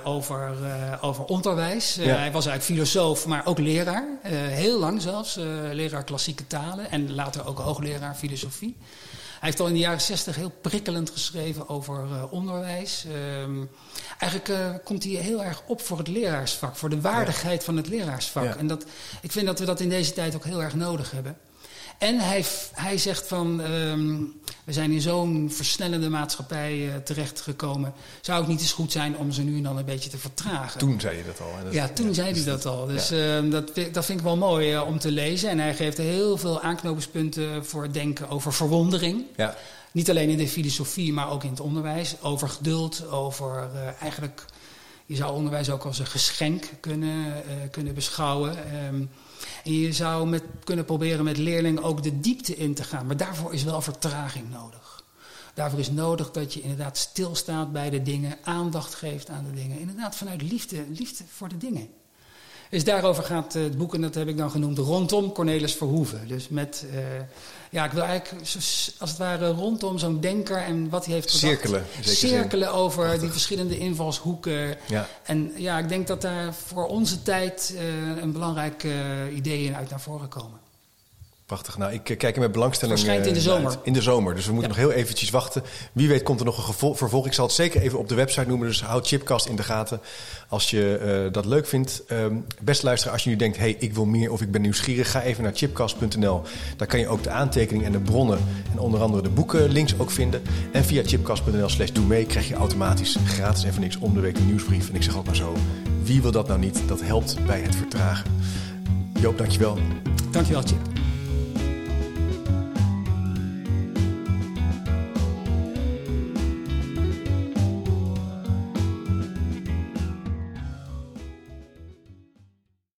over onderwijs. Hij was eigenlijk filosoof, maar ook leraar. Heel lang zelfs. Leraar klassieke talen en later ook hoogleraar filosofie. Hij heeft al in de jaren 60 heel prikkelend geschreven over onderwijs. Eigenlijk komt hij heel erg op voor het leraarsvak, voor de waardigheid van het leraarsvak. Ja. En ik vind dat we dat in deze tijd ook heel erg nodig hebben. En hij zegt van, we zijn in zo'n versnellende maatschappij terechtgekomen. Zou het niet eens goed zijn om ze nu en dan een beetje te vertragen? Toen zei je dat al. Hè? Toen zei hij dat al. Dus dat vind ik wel mooi om te lezen. En hij geeft heel veel aanknopingspunten voor het denken over verwondering. Ja. Niet alleen in de filosofie, maar ook in het onderwijs. Over geduld, over eigenlijk... Je zou onderwijs ook als een geschenk kunnen beschouwen. En je zou kunnen proberen met leerlingen ook de diepte in te gaan. Maar daarvoor is wel vertraging nodig. Daarvoor is nodig dat je inderdaad stilstaat bij de dingen. Aandacht geeft aan de dingen. Inderdaad vanuit liefde voor de dingen. Dus daarover gaat het boek, en dat heb ik dan genoemd, rondom Cornelis Verhoeven. Dus met... ik wil eigenlijk als het ware rondom zo'n denker en wat hij heeft gedacht. Cirkelen over Prachtig. Die verschillende invalshoeken. Ja. En ik denk dat daar voor onze tijd een belangrijk ideeën uit naar voren komen. Prachtig. Nou, ik kijk er met belangstelling Verschijnt in de zomer. In de zomer, dus we moeten nog heel eventjes wachten. Wie weet komt er nog een vervolg. Ik zal het zeker even op de website noemen, dus houd Chipcast in de gaten als je dat leuk vindt. Beste luisteraar, als je nu denkt, ik wil meer of ik ben nieuwsgierig, ga even naar chipcast.nl. Daar kan je ook de aantekening en de bronnen en onder andere de boekenlinks ook vinden. En via chipcast.nl/doe mee krijg je automatisch gratis en voor niks om de week een nieuwsbrief. En ik zeg ook maar zo, wie wil dat nou niet? Dat helpt bij het vertragen. Joop, dankjewel. Dankjewel, Chip.